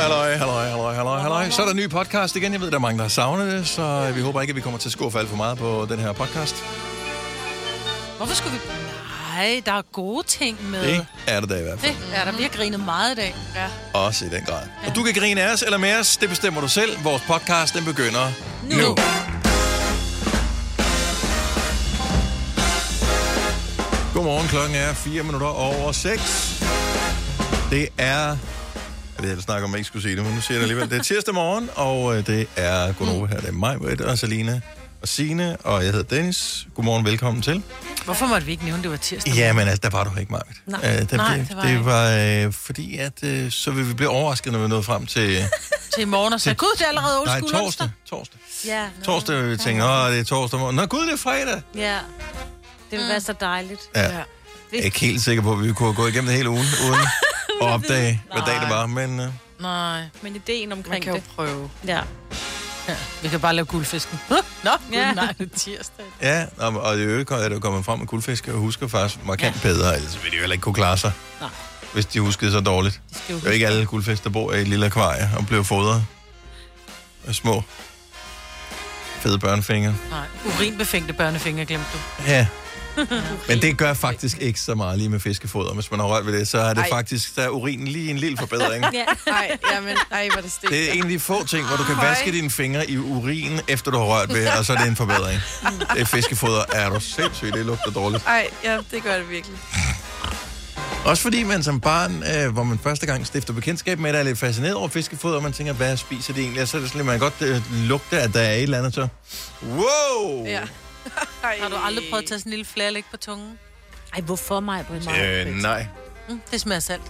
Halløj. Så er der en ny podcast igen. Jeg ved, der er mange, der har savnet det, så vi håber ikke, at vi kommer til at skuffe alt for meget på den her podcast. Hvorfor skulle vi... Nej, der er gode ting med. Det er der da i hvert fald. Det er der. Vi har grinet meget i dag. Ja. Også i den grad. Ja. Og du kan grine af os eller med os, det bestemmer du selv. Vores podcast, den begynder nu. Godmorgen, klokken er 4:04. Det er... Jeg ved, jeg snakker om, at jeg ikke skulle sige det, men nu siger jeg det alligevel. Det er tirsdag morgen, og det er Gunova her. Det er mig, Britt, og Selina og Signe, og jeg hedder Dennis. Godmorgen, velkommen til. Hvorfor måtte vi ikke nævne, det var tirsdag? Ja, men altså, der var du ikke, Marvitt. Det var fordi, at så vil vi blive overrasket, når vi nåede frem til... til i morgen, og så gud, det er allerede old school. Nej, torsdag. Ja. Torsdag vil vi tænke, det er torsdag morgen. Nå, gud, det er fredag. Ja, det vil være så dejligt. Ja. Jeg er ikke helt sikker på, at vi kunne gå igennem det hele ugen, uden at opdage, hvad dag det var, men... Nej. Men ideen omkring man kan det. jo prøve. Ja. Vi kan bare lave guldfisken. Nej, det er tirsdag. Ja, og det øvrigt er det jo kommet frem med guldfisk, og husker faktisk markant bedre, ellers ville de jo heller ikke kunne klare sig, hvis de huskede så dårligt. Det er jo ikke alle guldfisk, der bor i et lille akvarie og bliver fodret med små, fede børnefingre. Nej, urinbefængte børnefingre, glemte du. Ja. Men det gør faktisk ikke så meget lige med fiskefoder. Hvis man har rørt ved det, så er det faktisk, der er urinen lige en lille forbedring. Hvor det stik. Det er en af de få ting, hvor du kan vaske dine fingre i urin, efter du har rørt ved, og så er det en forbedring. Det er fiskefoder. Er du sindssygt, det lugter dårligt. Det gør det virkelig. Også fordi man som barn, hvor man første gang stifter bekendtskab med det, er lidt fascineret over fiskefoder, og man tænker, hvad spiser de egentlig? Og så er det sådan, at man godt lugter, at der er et eller andet så. Wow! Ja. Har du aldrig prøvet at tage sådan en lille flagerlæg på tungen? Ej, hvorfor mig? Nej. Det smager salt.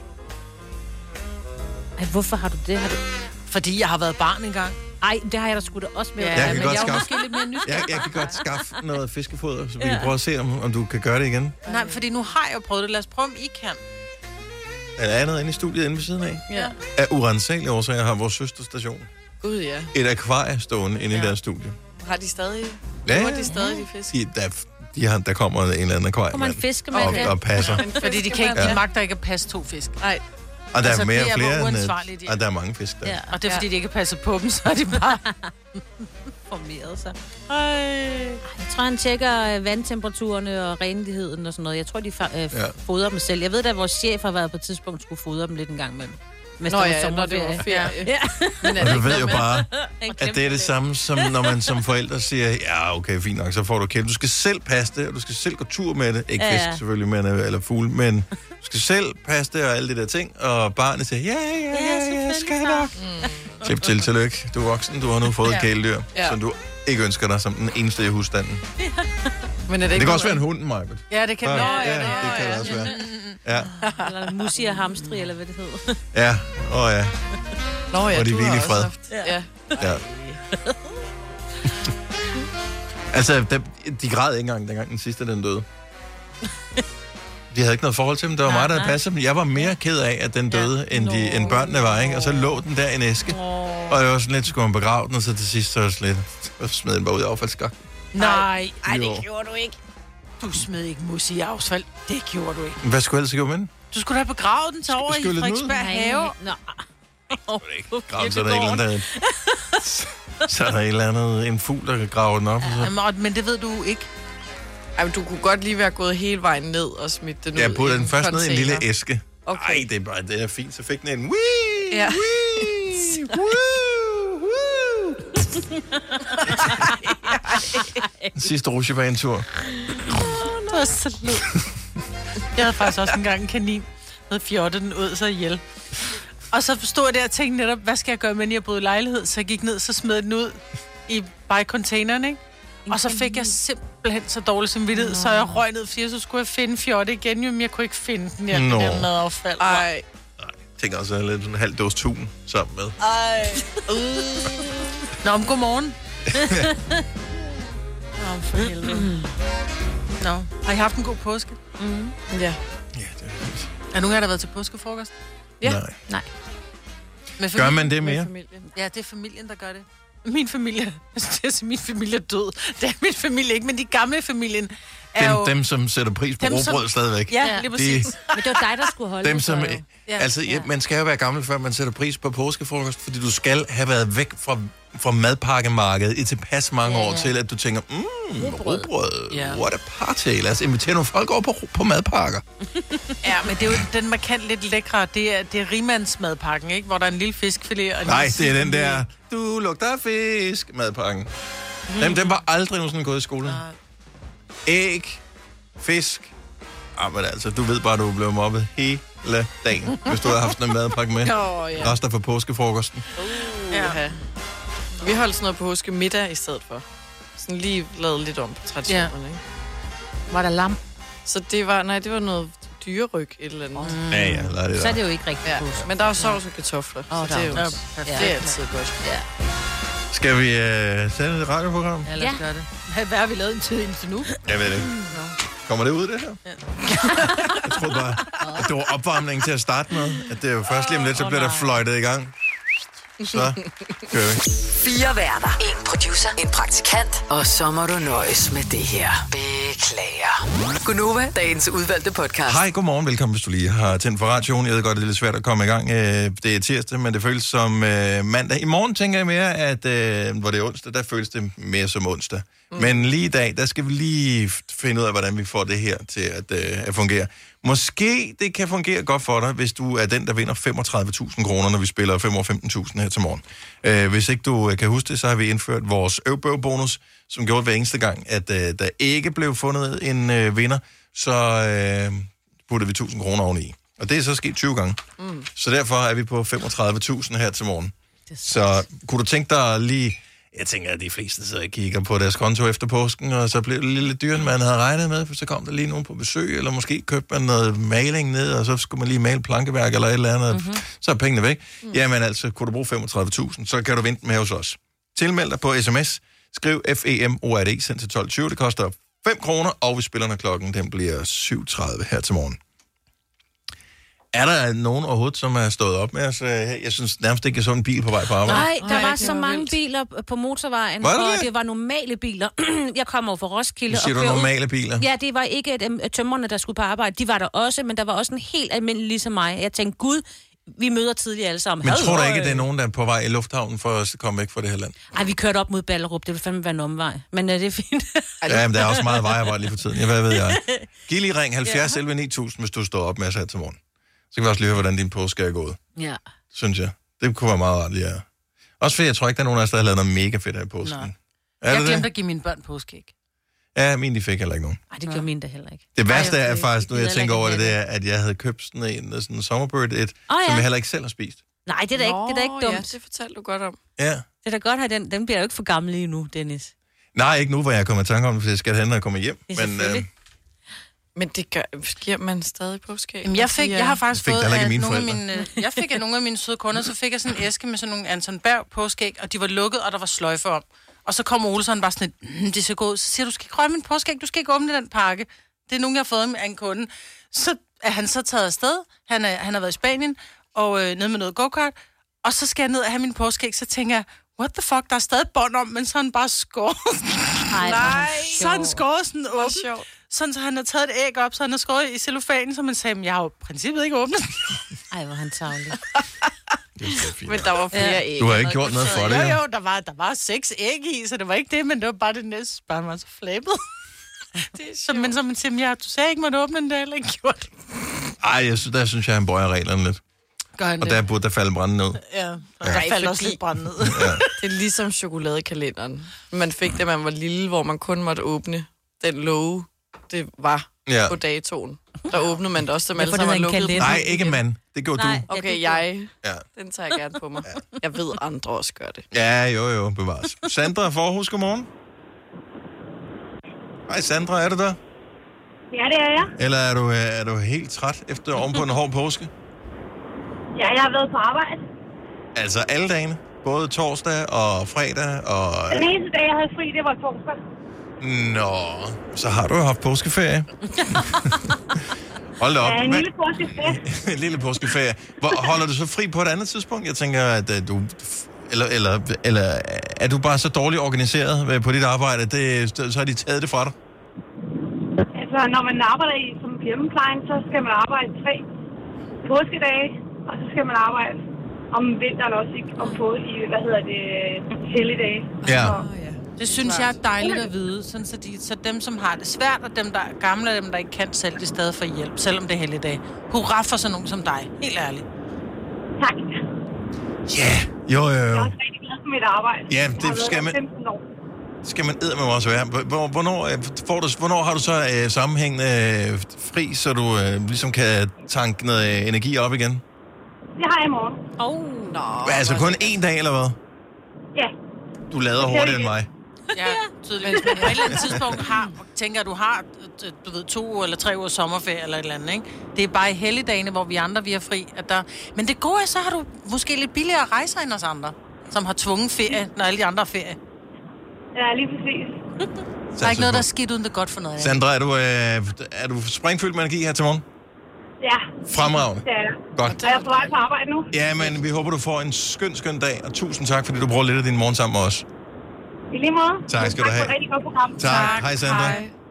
Ej, hvorfor har du det? Fordi jeg har været barn engang. Ej, det har jeg da sgu da også med. Jeg kan godt måske lidt mere nysgerrig. Jeg kan godt skaffe noget fiskefoder, så vi kan prøve at se, om du kan gøre det igen. Nej, fordi nu har jeg jo prøvet det. Lad os prøve, om I kan. Er der andet inde i studiet inde ved siden af? Ja. Af urensagelige årsager har vores søsterstation Gud, ja. et akvarie stående inde i deres studie. Har de stadig? Ja, Hvor er de stadig, de fisk? Der kommer en eller anden akvarie. Kommer en fiskemand og passer. Fordi de magter ikke at passe 2 fisk. Nej. Og der er mere det flere uansvarligt. og der er mange fisk der. Ja, og det er fordi, de ikke har passet på dem, så er de bare formeret sig. Jeg tror, han tjekker vandtemperaturerne og renligheden og sådan noget. Jeg tror, de fodrer dem selv. Jeg ved, at vores chef har været på et tidspunkt, skulle fodre dem lidt en gang imellem. Når det var ferie. Ja. Men og du ved jo bare, at det er det samme, som når man som forældre siger, ja, okay, fint nok, så får du kæmpe. Du skal selv passe det, og du skal selv gå tur med det. Ikke fisk selvfølgelig, men, eller fugle, men du skal selv passe det og alle de der ting. Og barnet siger, ja, skal nok. Tip til, tillykke. Du er voksen, du har nu fået et kæledyr, som du ikke ønsker dig som den eneste i husstanden. Men det kan også være en hund, Majbert. Ja, det kan det. Det kan det også være. Ja. Eller en musi og hamstri, eller hvad det hedder. Ja, ja. Og de hvile i fred. Ja. Altså, de græd ikke engang, dengang den sidste, den døde. De havde ikke noget forhold til dem. Det var mig, der havde passet dem. Jeg var mere ked af, at den døde, end børnene var, ikke? Og så lå den der i en æske. Og jeg var sådan lidt, skulle man begrave den, og så til sidst, så var jeg lidt, smed den bare ud af affaldsskak. Nej, det gjorde du ikke. Du smed ikke musi i affald. Det gjorde du ikke. Hvad skulle jeg ellers gøre med den? Du skulle da begrave den til over i Frederiksberg Have. Så er der et eller andet, så er der et eller andet, en fugl, der kan grave den op. Men det ved du ikke. Ej, men du kunne godt lige være gået hele vejen ned og smidt den ud. Jeg puttede den først ned i en lille æske. Okay. Ej, det er fint. Så fik den en sidste rutsjebanetur. Det var så lidt. Jeg havde faktisk også engang en kanin, der fjorte den ud så ihjel. Og så stod jeg der og tænkte netop, hvad skal jeg gøre med, når jeg boede i lejlighed? Så jeg gik ned, så smed den ud i containeren, ikke? Og så fik jeg simpelthen så dårlig samvittighed, så jeg røg ned, fordi så skulle jeg finde fjorte igen, men jeg kunne ikke finde den, det der madaffald. Ej. Jeg tænker også lidt en halv dåse tun sammen med. Nå, godmorgen. For helvede. Nå, har I haft en god påske? Ja. Ja, det er fint. Er nogen af jer, der har været til påskefrokost? Ja. Nej. Gør man det mere? Ja, det er familien, der gør det. Min familie, min familie er død. Det er min familie ikke, men de gamle i familien, Dem, som sætter pris på rugbrød stadigvæk. Ja, lige præcis. Men det var dig, der skulle holde dem, det. som, man skal jo være gammel, før man sætter pris på påskefrokost, fordi du skal have været væk fra madpakkemarkedet i tilpas mange år til, at du tænker, rugbrød, what a party. Lad os invitere nogle folk over på madpakker. Ja, men det er jo den markant lidt lækre, det er rimandsmadpakken, ikke? Hvor der er en lille fiskfilet. Og nej, det er den der, du lugter fisk, madpakken. Den var aldrig nogensinde gået i skolen. Æg, fisk. Men altså, du ved bare, du er blevet mobbet hele dagen, hvis du har haft sådan en madpakke med. Også der for påskefrokosten. Ja. Vi holdt sådan noget påske middag i stedet for. Sådan lige lavet lidt om på traditionerne, ikke? Var der lam? Så det var noget dyreryg et eller andet. Ja, lad det der. Så er det jo ikke rigtigt påske. Men der er sovs og kartofler, så det er jo det er altid godt. Ja. Skal vi sende et radioprogram? Ja, lad os gøre det. Hvad har vi lavet en tid indtil nu? Jeg ved det ikke. Kommer det ud, det her? Ja. Jeg troede bare, at det var opvarmning til at starte med. At det er jo først lige om lidt, så bliver der fløjtet i gang. Så kører vi. 4 værter. 1 producer. En praktikant. Og så må du nøjes med det her. Beklager. Gunova, dagens udvalgte podcast. Hej, godmorgen. Velkommen, hvis du lige har tændt for radioen. Jeg ved godt, det er lidt svært at komme i gang. Det er tirsdag, men det føles som mandag. I morgen tænker jeg mere, at hvor det er onsdag, der føles det mere som onsdag. Men lige i dag, der skal vi lige finde ud af, hvordan vi får det her til at fungere. Måske det kan fungere godt for dig, hvis du er den, der vinder 35.000 kroner, når vi spiller 5.15.000 her til morgen. Hvis ikke du kan huske det, så har vi indført vores øvbøv-bonus, som gjorde hver eneste gang, at der ikke blev fundet en vinder, så puttede vi 1.000 kroner oveni. Og det er så sket 20 gange. Så derfor er vi på 35.000 her til morgen. Så kunne du tænke dig lige... Jeg tænker, at de fleste sidder og kigger på deres konto efter påsken, og så blev det lidt dyrere, end man havde regnet med, for så kom der lige nogen på besøg, eller måske købte man noget maling ned, og så skulle man lige male plankeværk eller et eller andet, så er pengene væk. Jamen altså, kunne du bruge 35.000, så kan du vente med hos os. Tilmeld dig på sms, skriv FEMORD, send til 12.20, det koster 5 kroner, og vi spiller, når klokken den bliver 7.30 her til morgen. Er der nogen overhovedet, som er stået op med os? Jeg synes nærmest ikke, jeg så en bil på vej på arbejde. Nej, der var så mange biler på motorvejen, og det var normale biler. Jeg kom over fra Roskilde. Siger du normale biler? Ja, det var ikke tømmerne, der skulle på arbejde. De var der også, men der var også en helt almindelig ligesom mig. Jeg tænkte, gud, vi møder tidligt alle sammen. Men tror du ikke, at det er nogen, der er på vej i lufthavnen for at komme væk fra det her land? Ej, vi kørte op mod Ballerup. Det vil fandme være en omvej. Men det er fint. Ja, men der er også meget vejarbejde lige for tiden. Ja, hvad ved jeg? Giv lige ring 70 11 9000, hvis du står op med os her til morgen. Så kan vi også lige høre, hvordan din påske er gået. Ja. Synes jeg. Det kunne være meget rart lige at... Også fordi jeg tror ikke, der er nogen af os, der har lavet noget mega fedt her i påsken. Nej. Jeg glemte at give mine børn påskeæg. Ja, mine de fik heller ikke nogen. Nej, det gjorde mine da heller ikke. Det værste er faktisk, nu jeg tænker over det, det er, at jeg havde købt sådan en Summerbird, som jeg heller ikke selv har spist. Nej, det er da ikke dumt. Ja, det fortalte du godt om. Ja. Det er da godt at have den bliver jo ikke for gammel lige nu, Dennis. Nej, ikke nu, hvor jeg kommer i tanke om det, for jeg skal have den, når jeg kommer hjem. Men det giver man stadig påskeæg. Jamen, jeg har faktisk fået jeg fik af nogle af mine søde kunder, så fik jeg sådan en æske med sådan nogle Anton Berg påskæg, og de var lukket, og der var sløjfe om. Og så kom Ole sådan bare sådan et, det ser godt ud. Så siger du skal ikke røre min påskæg, du skal ikke åbne den pakke. Det er nogen, jeg har fået af en kunde. Så er han så taget afsted. Han har været i Spanien, og nede med noget go-kart. Og så skal jeg ned og have min påskæg, så tænker jeg, what the fuck, der er stadig bånd om, men så har han bare skåret. Nej, så har han skåret sådan åben. Sådan, så han har taget et æg op, så han har skåret i cellofanen, så man sagde, jeg har jo i princippet ikke åbnet. Ej, hvor han tavlig. Men der var flere æg. Du har ikke gjort noget for det, jo? Jo, der var 6 æg i, så det var ikke det, men det var bare det næste barn var så flabet. Men så man siger, du sagde ikke, måtte åbne den, der heller ikke gjort. Ej, der synes jeg, han bøjer reglerne lidt. Og der burde der falde brænde ned. Ja, der faldt også lidt brænde ned. Ja. Det er ligesom chokoladekalenderen. Man fik det, man var lille, hvor man kun måtte åbne den låge, det var på datoen. Der åbnede man det også, så man alle sammen var lukket. Nej, ikke mand. Det gjorde du. Okay, den tager jeg gerne på mig. Jeg ved, andre også gør det. Ja, jo, bevares. Sandra fra Aarhus, godmorgen. Hej Sandra, er du der? Ja, det er jeg. Eller er du helt træt efter oven på en hård påske? Ja, jeg har været på arbejde. Altså alle dagene? Både torsdag og fredag og... Den eneste dag, jeg havde fri, det var torsdag. Nå, så har du jo haft påskeferie. Hold da op. Ja, en lille påskeferie. En lille påskeferie. Holder du så fri på et andet tidspunkt? Jeg tænker, at du... Eller er du bare så dårligt organiseret på dit arbejde, så har de taget det fra dig? Altså, når man arbejder i som hjemmeplejen, så skal man arbejde 3 påskedage, og så skal man arbejde om vinteren også, ikke? Og på i, helligdage. Ja. Det synes jeg er dejligt at vide, sådan så dem, som har det svært, og dem, der er gamle, og dem, der ikke kan selv, de stadig får hjælp, selvom det er helligdag. Hurra for sådan nogen som dig. Helt ærligt. Tak. Ja, jo. Jeg er også rigtig glad for mit arbejde. Ja, det skal man... Skal man eddermame også være. Hvornår har du så sammenhængende fri, så du ligesom kan tanke noget energi op igen? Det har jeg i morgen. Altså kun én dag, eller hvad? Ja. Du lader hurtigere end mig. Ja, tydeligvis. Men på et eller andet tidspunkt tænker at du har 2 eller 3 ugers sommerferie eller et eller andet, ikke? Det er bare i helligdagene, hvor vi andre vi har fri. Men det gode er, så har du måske lidt billigere rejser end os andre, som har tvunget ferie, når alle de andre har ferie. Ja, lige præcis. Der er ikke noget, der er skidt uden det godt for noget. Sandra, er du sprængfyldt med energi her til morgen? Ja. Fremragende. Det er jeg. Godt. Er jeg på vej på arbejde nu? Ja, men vi håber, du får en skøn dag, og tusind tak, fordi du bruger lidt af din morgen sammen med os. I lige måde. Tak skal du have. Tak for et rigtig godt program. Tak. Hej, Sandra.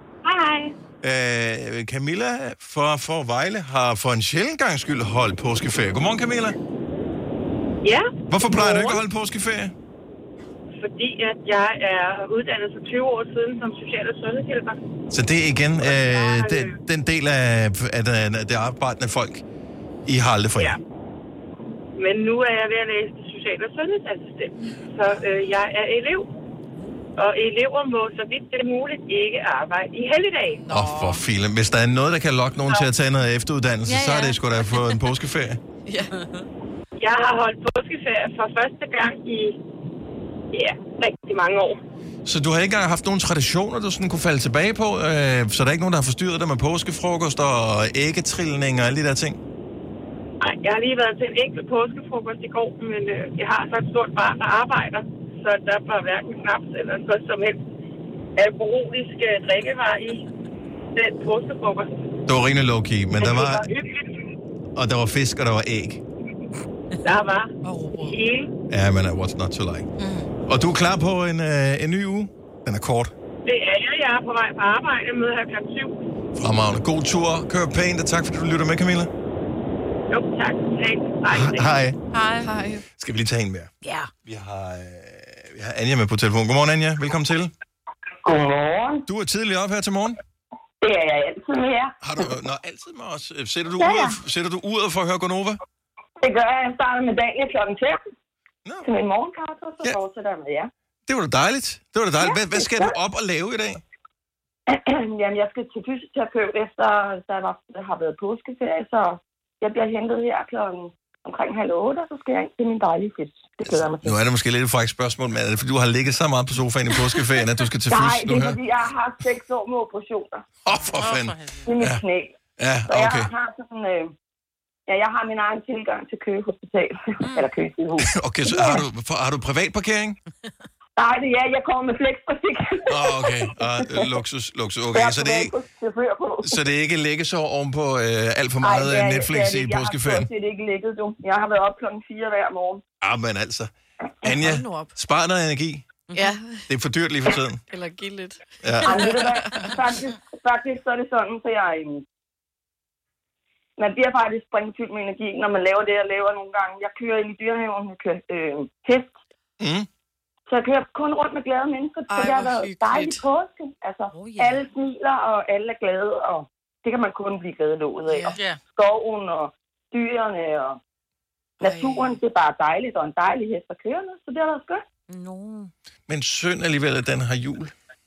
Hej. Camilla fra Vejle har for en sjælden gangs skyld holdt påskeferie. Godmorgen, Camilla. Ja. Hvorfor plejer du ikke at holde påskeferie? Fordi at jeg er uddannet for 20 år siden som social- og sundhedshjælper. Så det er igen den del af det arbejdende folk, I har aldrig fri. Ja. Men nu er jeg ved at læse til social- og sundhedsassistent. Så jeg er elev. Og elever må, så vidt det er muligt, ikke arbejde i helligdage. For filen. Hvis der er noget, der kan lokke nogen til at tage noget efteruddannelse, så er det sgu da at få en påskeferie. Ja. Jeg har holdt påskeferie for første gang i rigtig mange år. Så du har ikke engang haft nogle traditioner, du sådan kunne falde tilbage på? Så der er ikke nogen, der har forstyrret dig med påskefrokost og æggetrilling og alle de der ting? Nej, jeg har lige været til en enkelt påskefrokost i går, men jeg har så et stort barn, der arbejder, så der var hverken snaps eller noget som helst alkoholisk drikkevarer i den påskefrokost. Det var rimelig low-key, men der var... Og der var fisk, og der var æg. Der var hele. Ja, men what's not to like. Og du er klar på en ny uge? Den er kort. Det er jeg. Jeg er på vej på arbejde. Jeg møder her kl. 7. Fremragende. God tur. Kør pænt, og tak fordi du lytter med, Camilla. Jo, tak. Hej. Skal vi lige tage en mere? Ja. Vi har Anja med på telefon. Godmorgen, Anja. Velkommen til. Godmorgen. Du er tidligt op her til morgen. Det er jeg altid med jer. Har du altid med os? Sætter du uret for at høre Gonova? Det gør jeg. Jeg starter med dagen kl. 5. Til min morgenkaffe, så fortsætter jeg med jer. Det var da dejligt. Hvad skal du op og lave i dag? Jamen, jeg skal til fysioterapeut efter, der har været påskeferie, så jeg bliver hentet her omkring 7:30, og så skal jeg ind til min dejlige fisk. Det glæder mig til. Nu er det måske lidt et frækt spørgsmål, men er det fordi, du har ligget så meget på sofaen i påskeferien, at du skal til fys? Nej, det er fordi, jeg har haft 6 år med operationer. For fanden. I mit knæ. Ja, okay. Så jeg har sådan... jeg har min egen tilgang til Køge Hospital. Eller Køge Sygehus. Okay, så har du privat parkering? Nej, det er jeg kommer med flextrafik. Okay. Luksus. Okay, så det er ikke lægge så ovenpå alt for meget Netflix i påskeferien? Nej, det er ikke lægget, du. Jeg har været op kl. 4 hver morgen. Men altså. Anja, spar noget energi. Ja. Det er for dyrt lige for tiden. Eller giv lidt. Ja. Ved du hvad? Faktisk så er det sådan, så jeg... Man bliver faktisk springfyldt med energi, når man laver det, jeg laver nogle gange. Jeg kører ind i dyrehaven, jeg kører hest. Så jeg kører kun rundt med glade mennesker, så det har været dejligt påske. Altså, alle smiler, og alle er glade, og det kan man kun blive glad låget af. Ja. Skoven og dyrene og naturen, det er bare dejligt, og en dejlig hest at køre med, så det har været skønt. Men synd alligevel, at den har hjul.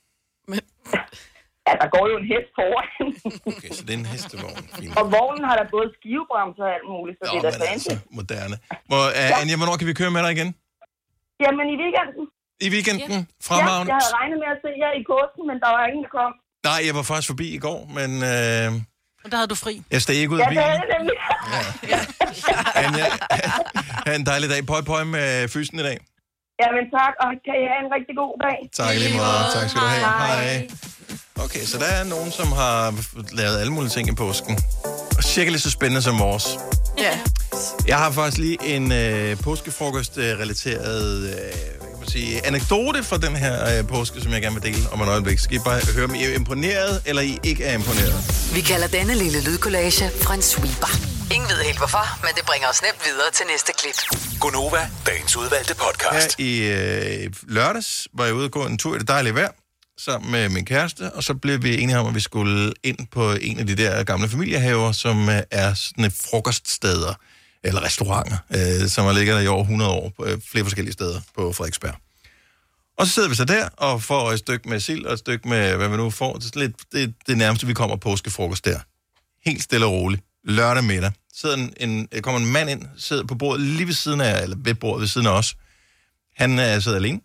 Ja, der går jo en hest foran. Okay, så det er en hestevogn. Fint. Og vognen har der både skivebremser og alt muligt, så det er da fancy. Moderne. Anja, hvornår kan vi køre med dig igen? Jamen, i weekenden. I weekenden? Fremragende? Ja, jeg havde regnet med at se jer i påsken, men der var ingen, der kom. Nej, jeg var faktisk forbi i går, men... Og der havde du fri. Jeg steg ikke ud af bilen. Ja, det er det nemlig. Anja, have en dejlig dag. Pøj med fysen i dag. Jamen tak, og kan I have en rigtig god dag. Tak lige meget. Tak skal du have. Hej. Okay, så der er nogen, som har lavet alle mulige ting i påsken. Og cirka lige så spændende som vores. Ja. Jeg har faktisk lige en påskefrokost-relateret sige, anekdote fra den her påske, som jeg gerne vil dele om et øjeblik. Skal I bare høre, om I er imponeret, eller I ikke er imponeret? Vi kalder denne lille lydkollage en sweeper. Ingen ved helt hvorfor, men det bringer os nemt videre til næste klip. Gonova, dagens udvalgte podcast. Her i lørdags var jeg ude og gå en tur i det dejlige vejr, sammen med min kæreste, og så blev vi enige om, at vi skulle ind på en af de der gamle familiehaver, som er sådan et frokoststeder, eller restauranter, som har ligget der i over 100 år, på flere forskellige steder på Frederiksberg. Og så sidder vi så der og får et stykke med sild og et stykke med, hvad vi nu får. Det er lidt det nærmeste, vi kommer påskefrokost der. Helt stille og roligt. Lørdag middag. Kommer en mand ind, sidder på bordet lige ved siden af, eller ved bordet ved siden af os. Han sidder alene.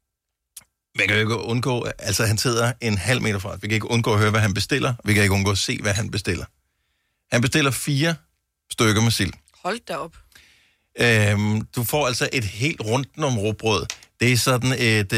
Vi kan jo ikke undgå, altså han sidder en halv meter fra os. Vi kan ikke undgå at høre, hvad han bestiller. Vi kan ikke undgå at se, hvad han bestiller. Han bestiller 4 stykker med sild. Hold da op. Du får altså et helt rundt rugbrød. Det er sådan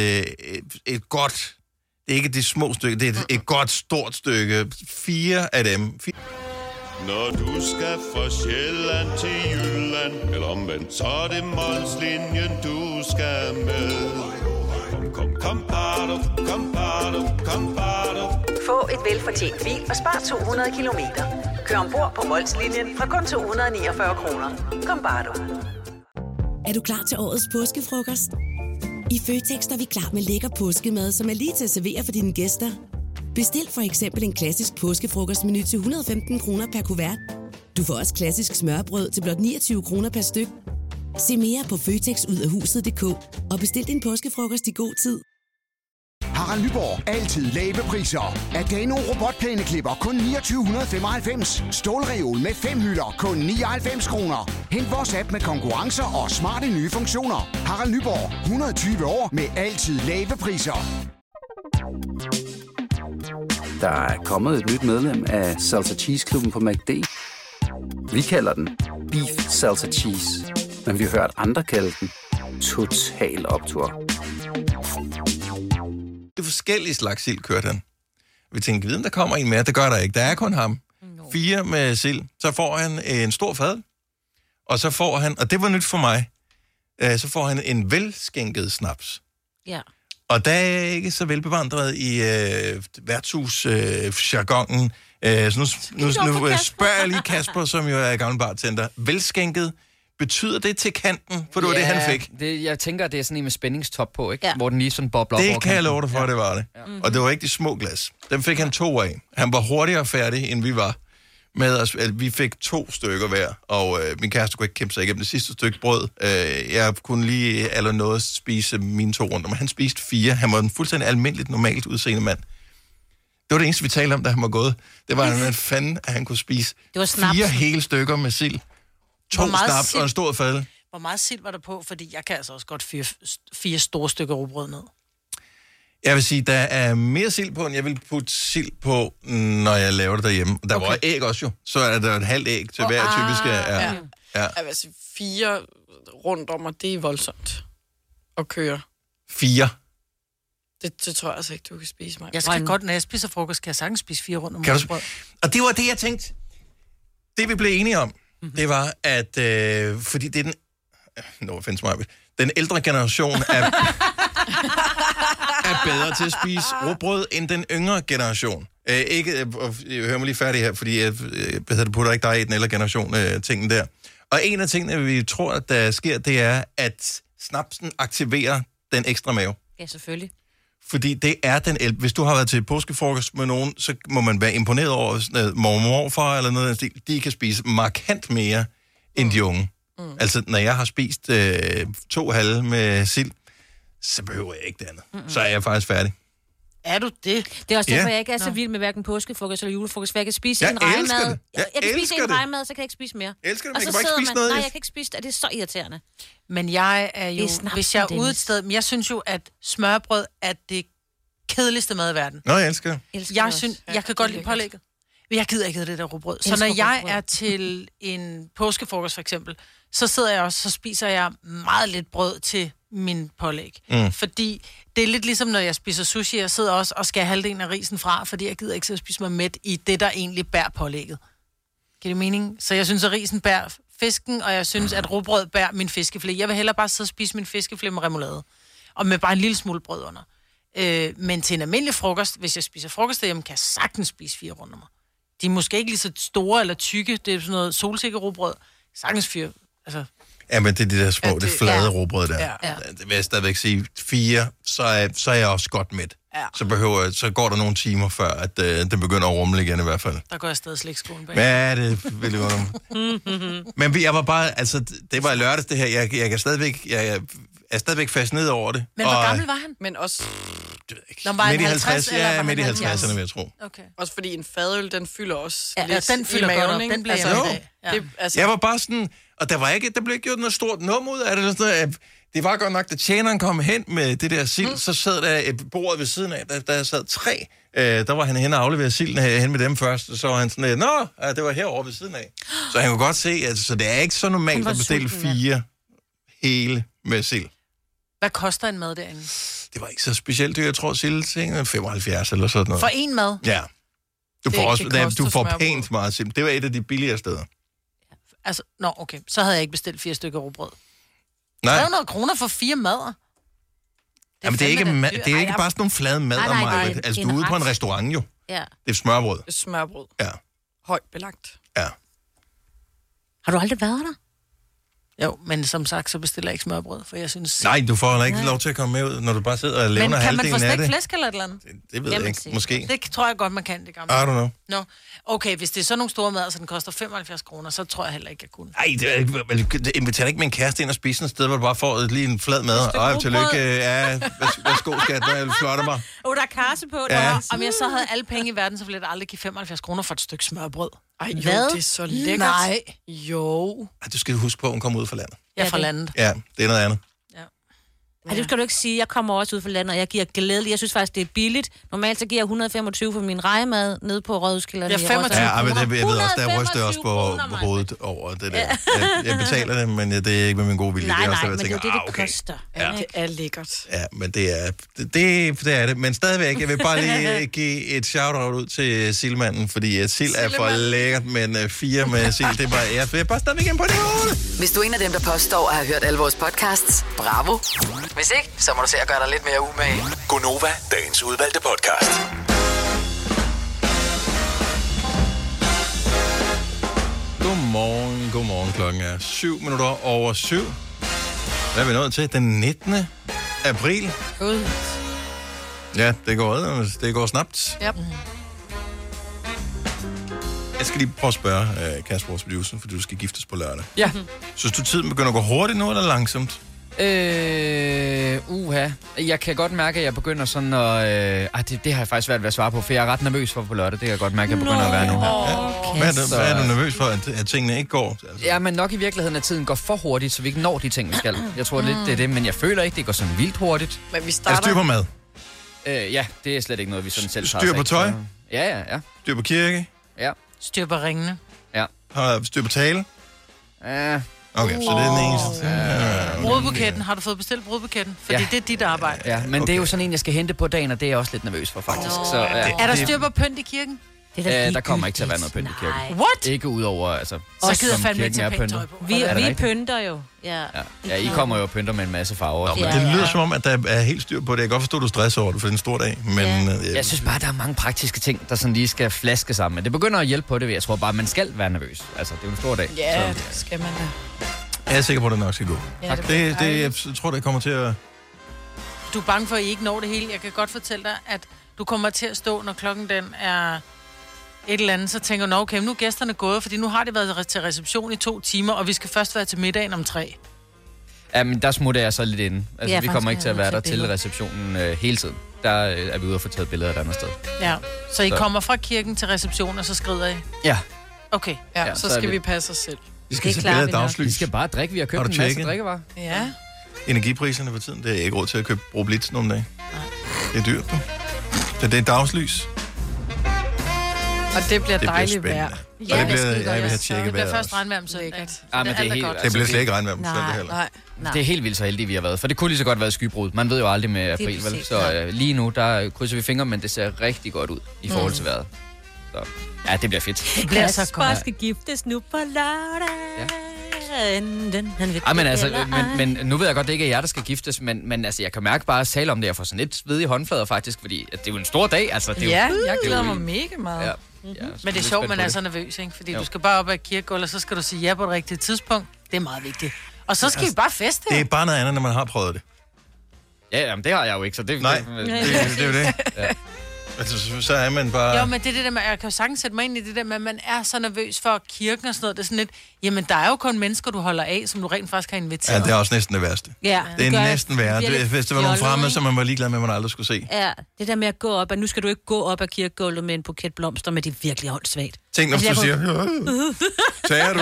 et godt... Det er ikke de små stykker, det er et godt stort stykke. 4 af dem. Når du skal fra Sjælland til Jylland, eller omvendt, så er det Molslinjen, du skal med. Kom, bado, kom, bado, kom, bado. Få et velfortjent bil og spar 200 kilometer. Kør ombord på Molslinjen fra kun 249 kroner. Kom, bado. Er du klar til årets påskefrokost? I Føtex er vi klar med lækker påskemad, som er lige til at servere for dine gæster. Bestil for eksempel en klassisk påskefrokostmenu til 115 kroner per kuvert. Du får også klassisk smørbrød til blot 29 kroner per styk. Se mere på føtexudafhuset.dk og bestil din påskefrokost i god tid. Harald Nyborg. Altid lave priser. Adano robotplæneklipper kun 2995. Stålreol med 5 hylder kun 99 kroner. Hent vores app med konkurrencer og smarte nye funktioner. Harald Nyborg. 120 år med altid lave priser. Der er kommet et nyt medlem af Salsa Cheese Klubben på McD. Vi kalder den Beef Salsa Cheese, men vi har hørt andre kalde den Total Optur. Det er forskellige slags sild, kørte han. Vi tænkte, viden, der kommer en mere. Det gør der ikke. Der er kun ham. 4 med sild. Så får han en stor fad. Og så får han, og det var nyt for mig, så får han en velskænket snaps. Ja. Og der er ikke så velbevandret i værtshus-jargonen. Så nu spørger jeg lige Kasper, som jo er gammel bartender. Velskænket, betyder det til kanten? For det var det, han fik. Jeg tænker, det er sådan en med spændingstop på, ikke? Ja. Hvor den lige sådan bobler op. Det kan jeg love dig for, det var det. Ja. Og det var ikke de små glas. Dem fik han 2 af. Han var hurtigere færdig, end vi var. Vi fik 2 stykker hver, og min kæreste kunne ikke kæmpe sig igennem det sidste stykke brød. Jeg kunne lige eller noget spise mine 2 runder, men han spiste 4. Han var en fuldstændig almindeligt, normalt udseende mand. Det var det eneste, vi talte om, da han var gået. Det var, hvordan fanden, at han kunne spise 4 hele stykker med sild. 2 snaps og en stor fadel. Hvor meget sild var der på? Fordi jeg kan altså også godt 4 store stykker rugbrød ned. Jeg vil sige, der er mere sild på, end jeg vil putte sild på, når jeg laver det derhjemme. Der var æg også jo. Så er der et halvt æg til hver typisk. Ja. Altså 4 rundt om, og det er voldsomt at køre. 4? Det tror jeg altså ikke, du kan spise mig. Jeg skal godt, når jeg spiser frokost, kan jeg sagtens spise 4 rundt om brød. Og det var det, jeg tænkte. Det vi blev enige om, det var, at fordi det er den ældre generation er bedre til at spise rugbrød end den yngre generation. Hør mig lige færdig her, fordi jeg putter ikke dig i den ældre generation tingen der. Og en af tingene, vi tror, at der sker, det er, at snapsen aktiverer den ekstra mave. Ja, selvfølgelig. Fordi det er hvis du har været til påskefrokost med nogen, så må man være imponeret over morfar eller noget af den stil. De kan spise markant mere end de unge. Altså, når jeg har spist 2 halve med sild, så behøver jeg ikke det andet. Så er jeg faktisk færdig. Er du det? Det er også derfor, jeg ikke er så vild med hverken påskefrokost eller julefrokost, for jeg kan spise en rejemad. Jeg kan spise en rejemad, så kan jeg ikke spise mere. Elsker det, men jeg kan bare ikke spise noget. Nej, jeg kan ikke spise det. Det er så irriterende. Men jeg er jo, hvis jeg er ude et sted, men jeg synes jo, at smørbrød er det kedeligste mad i verden. Nå, jeg elsker det. Jeg kan godt lide pålægget. Men jeg gider ikke det der rugbrød. Så når jeg er til en påskefrokost for eksempel, så sidder jeg også, så spiser jeg meget lidt brød til min pålæg. Fordi det er lidt ligesom, når jeg spiser sushi, jeg sidder også og skal have halvdelen af risen fra, fordi jeg gider ikke så spise mig mæt i det, der egentlig bærer pålægget. Giver det mening? Så jeg synes, at risen bærer fisken, og jeg synes, at rugbrød bærer min fiskefilé. Jeg vil hellere bare sidde og spise min fiskefilé med remoulade. Og med bare en lille smule brød under. Men til en almindelig frokost, hvis jeg spiser frokost derhjemme, kan jeg sagtens spise 4 rundummer. De er måske ikke lige så store eller tykke. Det er sådan noget solsikkerugbrød. Sagtens 4. Altså. Ja, men det er de der små, det flade rugbrød der. Ja. Det vil jeg stadigvæk sige. 4, så er jeg også godt mæt. Ja. Så går der nogle timer før, at den begynder at rumle igen i hvert fald. Der går jeg stadig slikskolen bag. Ja, det vil jeg godt. Men jeg var bare, altså, det var i lørdags det her. Jeg er stadigvæk fascineret over det. Men hvor gammel var han? Men også... Det ved jeg ikke. Midt i 50, ja, midt i 50'erne, vil jeg tro. Okay. Også fordi en fadøl, den fylder også lidt den fylder i maven, den bliver jeg i dag. Jeg var bare sådan, og der blev ikke gjort noget stort nummer ud af det. Sådan, det var godt nok, da tjeneren kom hen med det der sild, så sad der et bord ved siden af, der sad 3. Der var han hen og afleverede silden hen med dem først, så var han sådan, det var herovre ved siden af. Så han kunne godt se, så det er ikke så normalt at bestille 4 hele med sild. Hvad koster en mad derinde? Det var ikke så specielt dyrt, jeg tror, sildeting 75 eller sådan noget. For en mad? Ja. Du får pænt meget sild. Det var et af de billigere steder. Altså, okay. Så havde jeg ikke bestilt 4 stykker rugbrød. Nej. 300 kroner for 4 madder. Jamen, det er ikke bare sådan nogle flade madder, Maja. Altså, du er ude på en restaurant jo. Ja. Det er smørbrød. Det er smørbrød. Ja. Højt belagt. Ja. Har du aldrig været der? Jo, men som sagt, så bestiller jeg ikke smørbrød, for jeg synes... Nej, du får ikke lov til at komme med ud, når du bare sidder og levner halvdelen af det. Men kan man få stegt flæsk eller et eller andet? Det ved jeg ikke. Måske. Det tror jeg godt, man kan, det gamle. I don't know. No. Okay, hvis det er sådan nogle store mad, så den koster 75 kroner, så tror jeg heller ikke, jeg kunne. Nej, det inviterer ikke med en kæreste ind og spise et sted, hvor du bare får lige en flad mad. Tillykke. Ja, værsgo, skat, jeg flotter mig. Der er karse på. Ja. Om jeg så havde alle penge i verden, så ville jeg aldrig give 75 kroner for et stykke smørbrød. Ej, jo, det er så lækkert. Nej. Jo. Du skal huske på, at hun kommer ud fra landet. Jeg er fra landet. Ja, det er noget andet. Ja, det skal du ikke sige. Jeg kommer også ud fra landet, og jeg giver glædeligt. Jeg synes faktisk, det er billigt. Normalt så giver jeg 125 for min rejemad nede på Rådhuskælderen. Ja, 25 kroner. Ja, men jeg ved også, der ryster også på hovedet over det der. Jeg betaler det, men det er ikke med min gode vilje. Nej, det er også, men tænker, det er det, det koster. Ja. Det er lækkert. Ja, men det er det. Men stadigvæk, jeg vil bare lige give et shout-out ud til sildmanden, fordi sild er for lækkert, men 4 med sild, det er bare... Jeg vil bare stadigvæk ind på det hele. Hvis du er en af dem, der påstår at have hørt alle vores podcasts, bravo. Hvis ikke, så må du se at gøre dig lidt mere umage. Gonova, dagens udvalgte podcast. Godmorgen. Klokken er 7:07. Hvad er vi nået til? Den 19. april. Gud. Ja, det går snabt. Yep. Jeg skal lige prøve at spørge Kasper, vores producer, fordi du skal giftes på lørdag. Ja. Synes du, tiden begynder at gå hurtigt nu, eller langsomt? Jeg kan godt mærke, at jeg begynder sådan at... det har jeg faktisk svært ved at svare på, for jeg er ret nervøs for på lørdag. Det kan jeg godt mærke, at jeg begynder at være nu. Hvad er du nervøs for, at tingene ikke går? Altså? Ja, men nok i virkeligheden, at tiden går for hurtigt, så vi ikke når de ting, vi skal. Jeg tror lidt, det er det, men jeg føler ikke, det går sådan vildt hurtigt. Men vi starter... Er styr på mad? Ja, det er slet ikke noget, vi sådan selv tager. Styr på tøj? Ja. Styr på kirke? Ja. Styr på ringene? Ja. Har styr på tale? Ja. Okay, så det er den eneste. Brudbuketten. Har du fået bestilt brudbuketten? Fordi det er dit arbejde. Ja, men det er jo sådan en, jeg skal hente på dagen, og det er jeg også lidt nervøs for, faktisk. Så, er der styr på pynt i kirken? Der kommer ikke til at være noget pynt i kirken. What? Ikke udover, altså... Så gider fandme ikke tage pænt tøj på. Vi pynter jo. Ja, I kommer jo og pynter med en masse farver. Nå, men det lyder som om, at der er helt styr på det. Jeg kan godt forstå, at du stresser over det, for det er en stor dag. Men, jeg synes bare, der er mange praktiske ting, der sådan lige skal flaske sammen. Men det begynder at hjælpe på det, jeg tror bare, man skal være nervøs. Altså, det er jo en stor dag. Ja, det skal man da. Jeg er sikker på, at det nok skal gå. Ja, jeg tror, det kommer til at... Du er bange for, at I ikke når det hele. Jeg kan godt fortælle dig, at du kommer til at stå, når klokken den er et eller andet, så tænker du, okay, nu er gæsterne gået, fordi nu har det været til reception i 2 timer, og vi skal først være til middagen om 3. Ja, men der smutter jeg så lidt inde. Altså, vi kommer ikke til at være der til receptionen hele tiden. Der er vi ude og få taget billeder et andet sted. Ja, så I kommer fra kirken til receptionen, og så skrider I? Ja. Okay. Ja, så skal vi passe os selv. Vi skal se billeder af dagslys. Vi skal bare drikke. Vi har købt en masse drikkevarer. Ja. Energipriserne for tiden, det er ikke råd til at købe Broblitz nogle dage. Det er dyrt, du. Det er dagslys. Og det bliver dejligt vejr. Ja, det bliver, vi har tjekket vejret. Det bliver først regnvejr om søndagen. Ja, men det bliver slet ikke regnvejr om søndag heller. Nej. Det er helt vildt så heldige, vi har været. For det kunne lige så godt være skybrud. Man ved jo aldrig med april, vel? Så lige nu, der krydser vi fingre, men det ser rigtig godt ud i forhold til vejret. Så ja, det bliver fedt. Det bliver så godt. Jeg skal giftes nu på lørdag. Ja. men altså, men nu ved jeg godt, det ikke er jer, der skal giftes, men altså, jeg kan mærke bare at tale om det, jeg får sådan lidt sved i håndflader faktisk, fordi det er jo en stor dag, altså. Det er jeg glæder mig mega meget. Ja. Men det er sjovt, man er så nervøs, ikke? Fordi du skal bare op ad kirkegulvet, og så skal du sige ja på et rigtigt tidspunkt. Det er meget vigtigt. Og så skal I bare feste. Det er bare noget andet, når man har prøvet det. Ja, jamen, det har jeg jo ikke, så det... Nej, det er jo det. Ja. Altså, så er man bare... Jo, men det er det der med, jeg kan jo sagtens sætte mig ind i det der med, at man er så nervøs for kirken og sådan noget. Det er sådan lidt, jamen der er jo kun mennesker, du holder af, som du rent faktisk har inviteret. Ja, det er også næsten det værste. Ja, det er næsten værre. Hvis det var nogle fremmede, som man var ligeglad med, man aldrig skulle se. Ja, det der med at gå op, at nu skal du ikke gå op ad kirkegulvet med en buket blomster, men det er virkelig åndssvagt. Tænk, når du siger, tager du?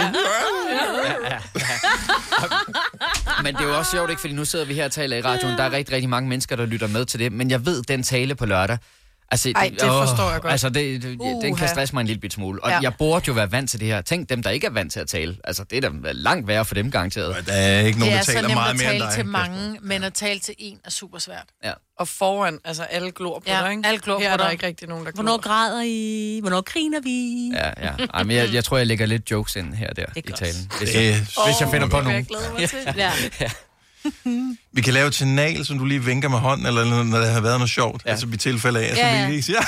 Men det er jo også sjovt, ikke? Fordi nu sidder vi her og taler i radioen. Der er rigtig, rigtig mange mennesker, der lytter med til det. Men jeg ved, den tale på lørdag, altså, det forstår jeg godt. Altså, den kan stresse mig en lille bit smule. Og jeg burde jo være vant til det her. Tænk dem, der ikke er vant til at tale. Altså, det er da langt værre for dem garanteret. Der er ikke nogen, der taler meget mere end dig. Det er så nemt at tale til mange, men at tale til en er super svært. Ja. Og foran, altså alle glor på dig, ikke? Alle glor på dig. Her er der dig. ikke rigtig nogen, der glor. Hvornår græder I? Hvornår griner vi? Ja. Ej, men jeg tror, jeg lægger lidt jokes ind her og der i talen. Hvis jeg finder på nogen. Jeg glæder mig til. Ja. Vi kan lave et signal, som du lige vinker med hånden, eller når der har været noget sjovt. Ja. Altså i tilfælde af, så vi lige siger...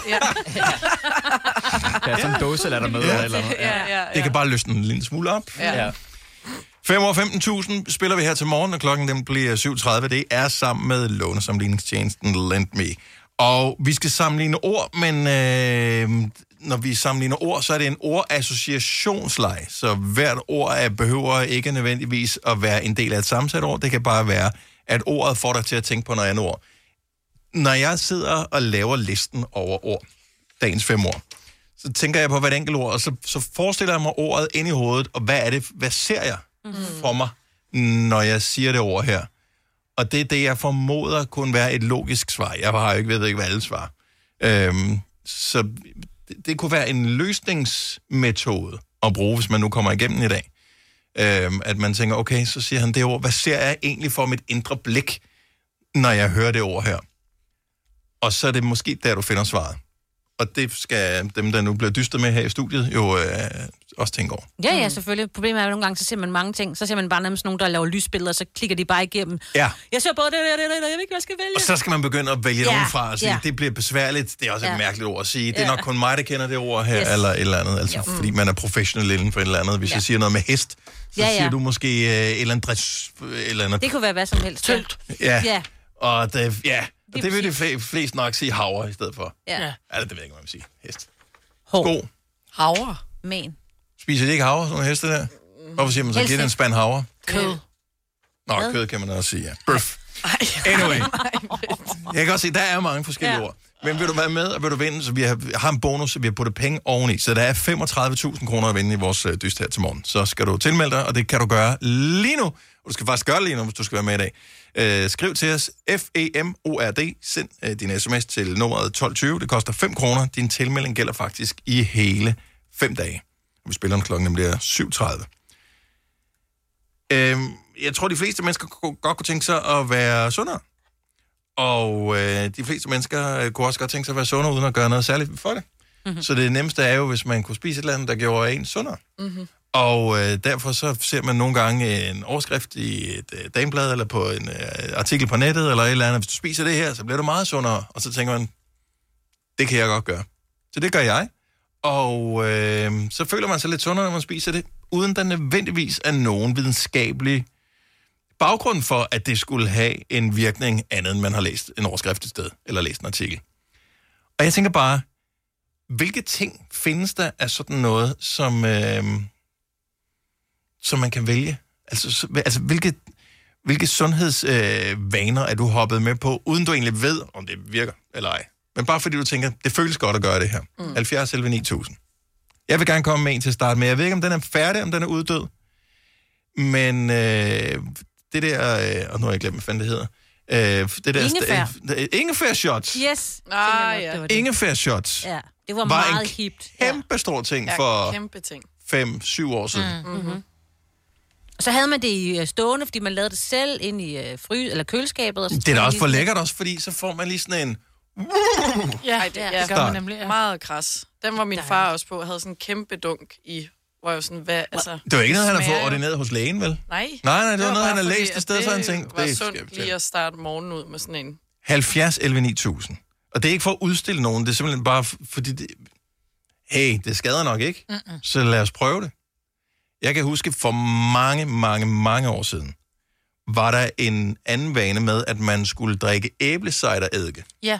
Ja, sådan en dåse eller der med. Eller noget. Ja. Det kan bare løsne en lille smule op. Ja. 5.15.000 spiller vi her til morgen, og klokken den bliver 7.30. Det er sammen med lånesamligningstjenesten Lend.me. Og vi skal sammenligne ord, men når vi sammenligner ord, så er det en ordassociationsleg. Så hvert ord behøver ikke nødvendigvis at være en del af et sammensat ord. Det kan bare være, at ordet får dig til at tænke på noget andet ord. Når jeg sidder og laver listen over ord, dagens 5 ord, så tænker jeg på hvert enkelt ord, og så forestiller jeg mig ordet ind i hovedet, og hvad ser jeg for mig, når jeg siger det ord her? Og det er det, jeg formoder kunne være et logisk svar. Jeg har jo ved ikke, hvad alle svar. Så det kunne være en løsningsmetode at bruge, hvis man nu kommer igennem i dag. At man tænker, okay, så siger han det ord. Hvad ser jeg egentlig for mit indre blik, når jeg hører det ord her? Og så er det måske der, du finder svaret. Og det skal dem, der nu bliver dystet med her i studiet, jo også tænke over. Ja, selvfølgelig. Problemet er jo nogle gange, så ser man mange ting. Så ser man bare nærmest nogen, der laver lysbilleder, og så klikker de bare igennem. Ja. Jeg ser både det, jeg ved ikke, hvad jeg skal vælge. Og så skal man begynde at vælge nogen fra og sige, det bliver besværligt. Det er også et mærkeligt ord at sige. Det er nok kun mig, der kender det ord her, eller et eller andet. Altså, fordi man er professionel inden for et eller andet. Hvis jeg siger noget med hest, så siger du måske et eller andet dress, eller andet. Det kunne være hvad som helst. Tølt. Ja. Og det vil de flest nok sige havre i stedet for. Ja. Det ved jeg ikke, hvad man siger. Hest. Sko. Havre. Men. Spiser de ikke havre, sådan nogle heste der? Hvorfor siger man så, giver det en spand havre? Kød. Nå, kød kan man også sige, ja. Bøf. Anyway. Jeg kan også sige, der er mange forskellige ord. Men vil du være med, og vil du vinde, så vi har en bonus, så vi har puttet penge oveni. Så der er 35.000 kroner at vinde i vores dyst her til morgen. Så skal du tilmelde dig, og det kan du gøre lige nu. Og du skal faktisk gøre det lige nu, hvis du skal være med i dag. Skriv til os FEMORD. Send din sms til nummeret 1220. Det koster 5 kroner. Din tilmelding gælder faktisk i hele 5 dage. Vi spiller, om klokken bliver 7.30. Jeg tror, de fleste mennesker godt kunne tænke sig at være sundere. Og de fleste mennesker kunne også godt tænke sig at være sundere, uden at gøre noget særligt for det. Mm-hmm. Så det nemmeste er jo, hvis man kunne spise et eller andet, der gjorde en sundere. Mm-hmm. Og derfor så ser man nogle gange en overskrift i et dameblad, eller på en artikel på nettet, eller et eller andet. Hvis du spiser det her, så bliver du meget sundere. Og så tænker man, det kan jeg godt gøre. Så det gør jeg. Og så føler man sig lidt sundere, når man spiser det, uden der nødvendigvis er nogen videnskabelig baggrund for, at det skulle have en virkning andet, end man har læst en overskrift et sted, eller læst en artikel. Og jeg tænker bare, hvilke ting findes der af sådan noget, som man kan vælge? Altså hvilke sundhedsvaner er du hoppet med på, uden du egentlig ved, om det virker eller ej? Men bare fordi du tænker, det føles godt at gøre det her. 70 11 9000. Jeg vil gerne komme med en til at starte med. Jeg ved ikke, om den er færdig, om den er uddød. Men det der... og nu har jeg glemt, hvad fanden det hedder. Det der ingefær shots. Yes. Ingefær shots. Ja, det var meget hipt. Kæmpe stor ting for kæmpe ting. 5-7 år siden. Mm-hmm. Så havde man det i stående, fordi man lavede det selv ind i eller køleskabet. Og det er da også for lækkert også, fordi så får man lige sådan en... Ja, det gør man nemlig. Ja. Meget kras. Den var min far også på. Jeg havde sådan en kæmpe dunk i Hvor jeg sådan, hvad, altså... Det var ikke noget, han har fået ordineret hos lægen, vel? Nej. Nej, det var noget, han har læst et sted, så han tænkte... Det var sundt lige at starte morgenen ud med sådan en... 70 11 9000. Og det er ikke for at udstille nogen, det er simpelthen bare fordi... Hey, det skader nok ikke, så lad os prøve det. Jeg kan huske, for mange år siden, var der en anden vane med, at man skulle drikke æblecideredike. Ja.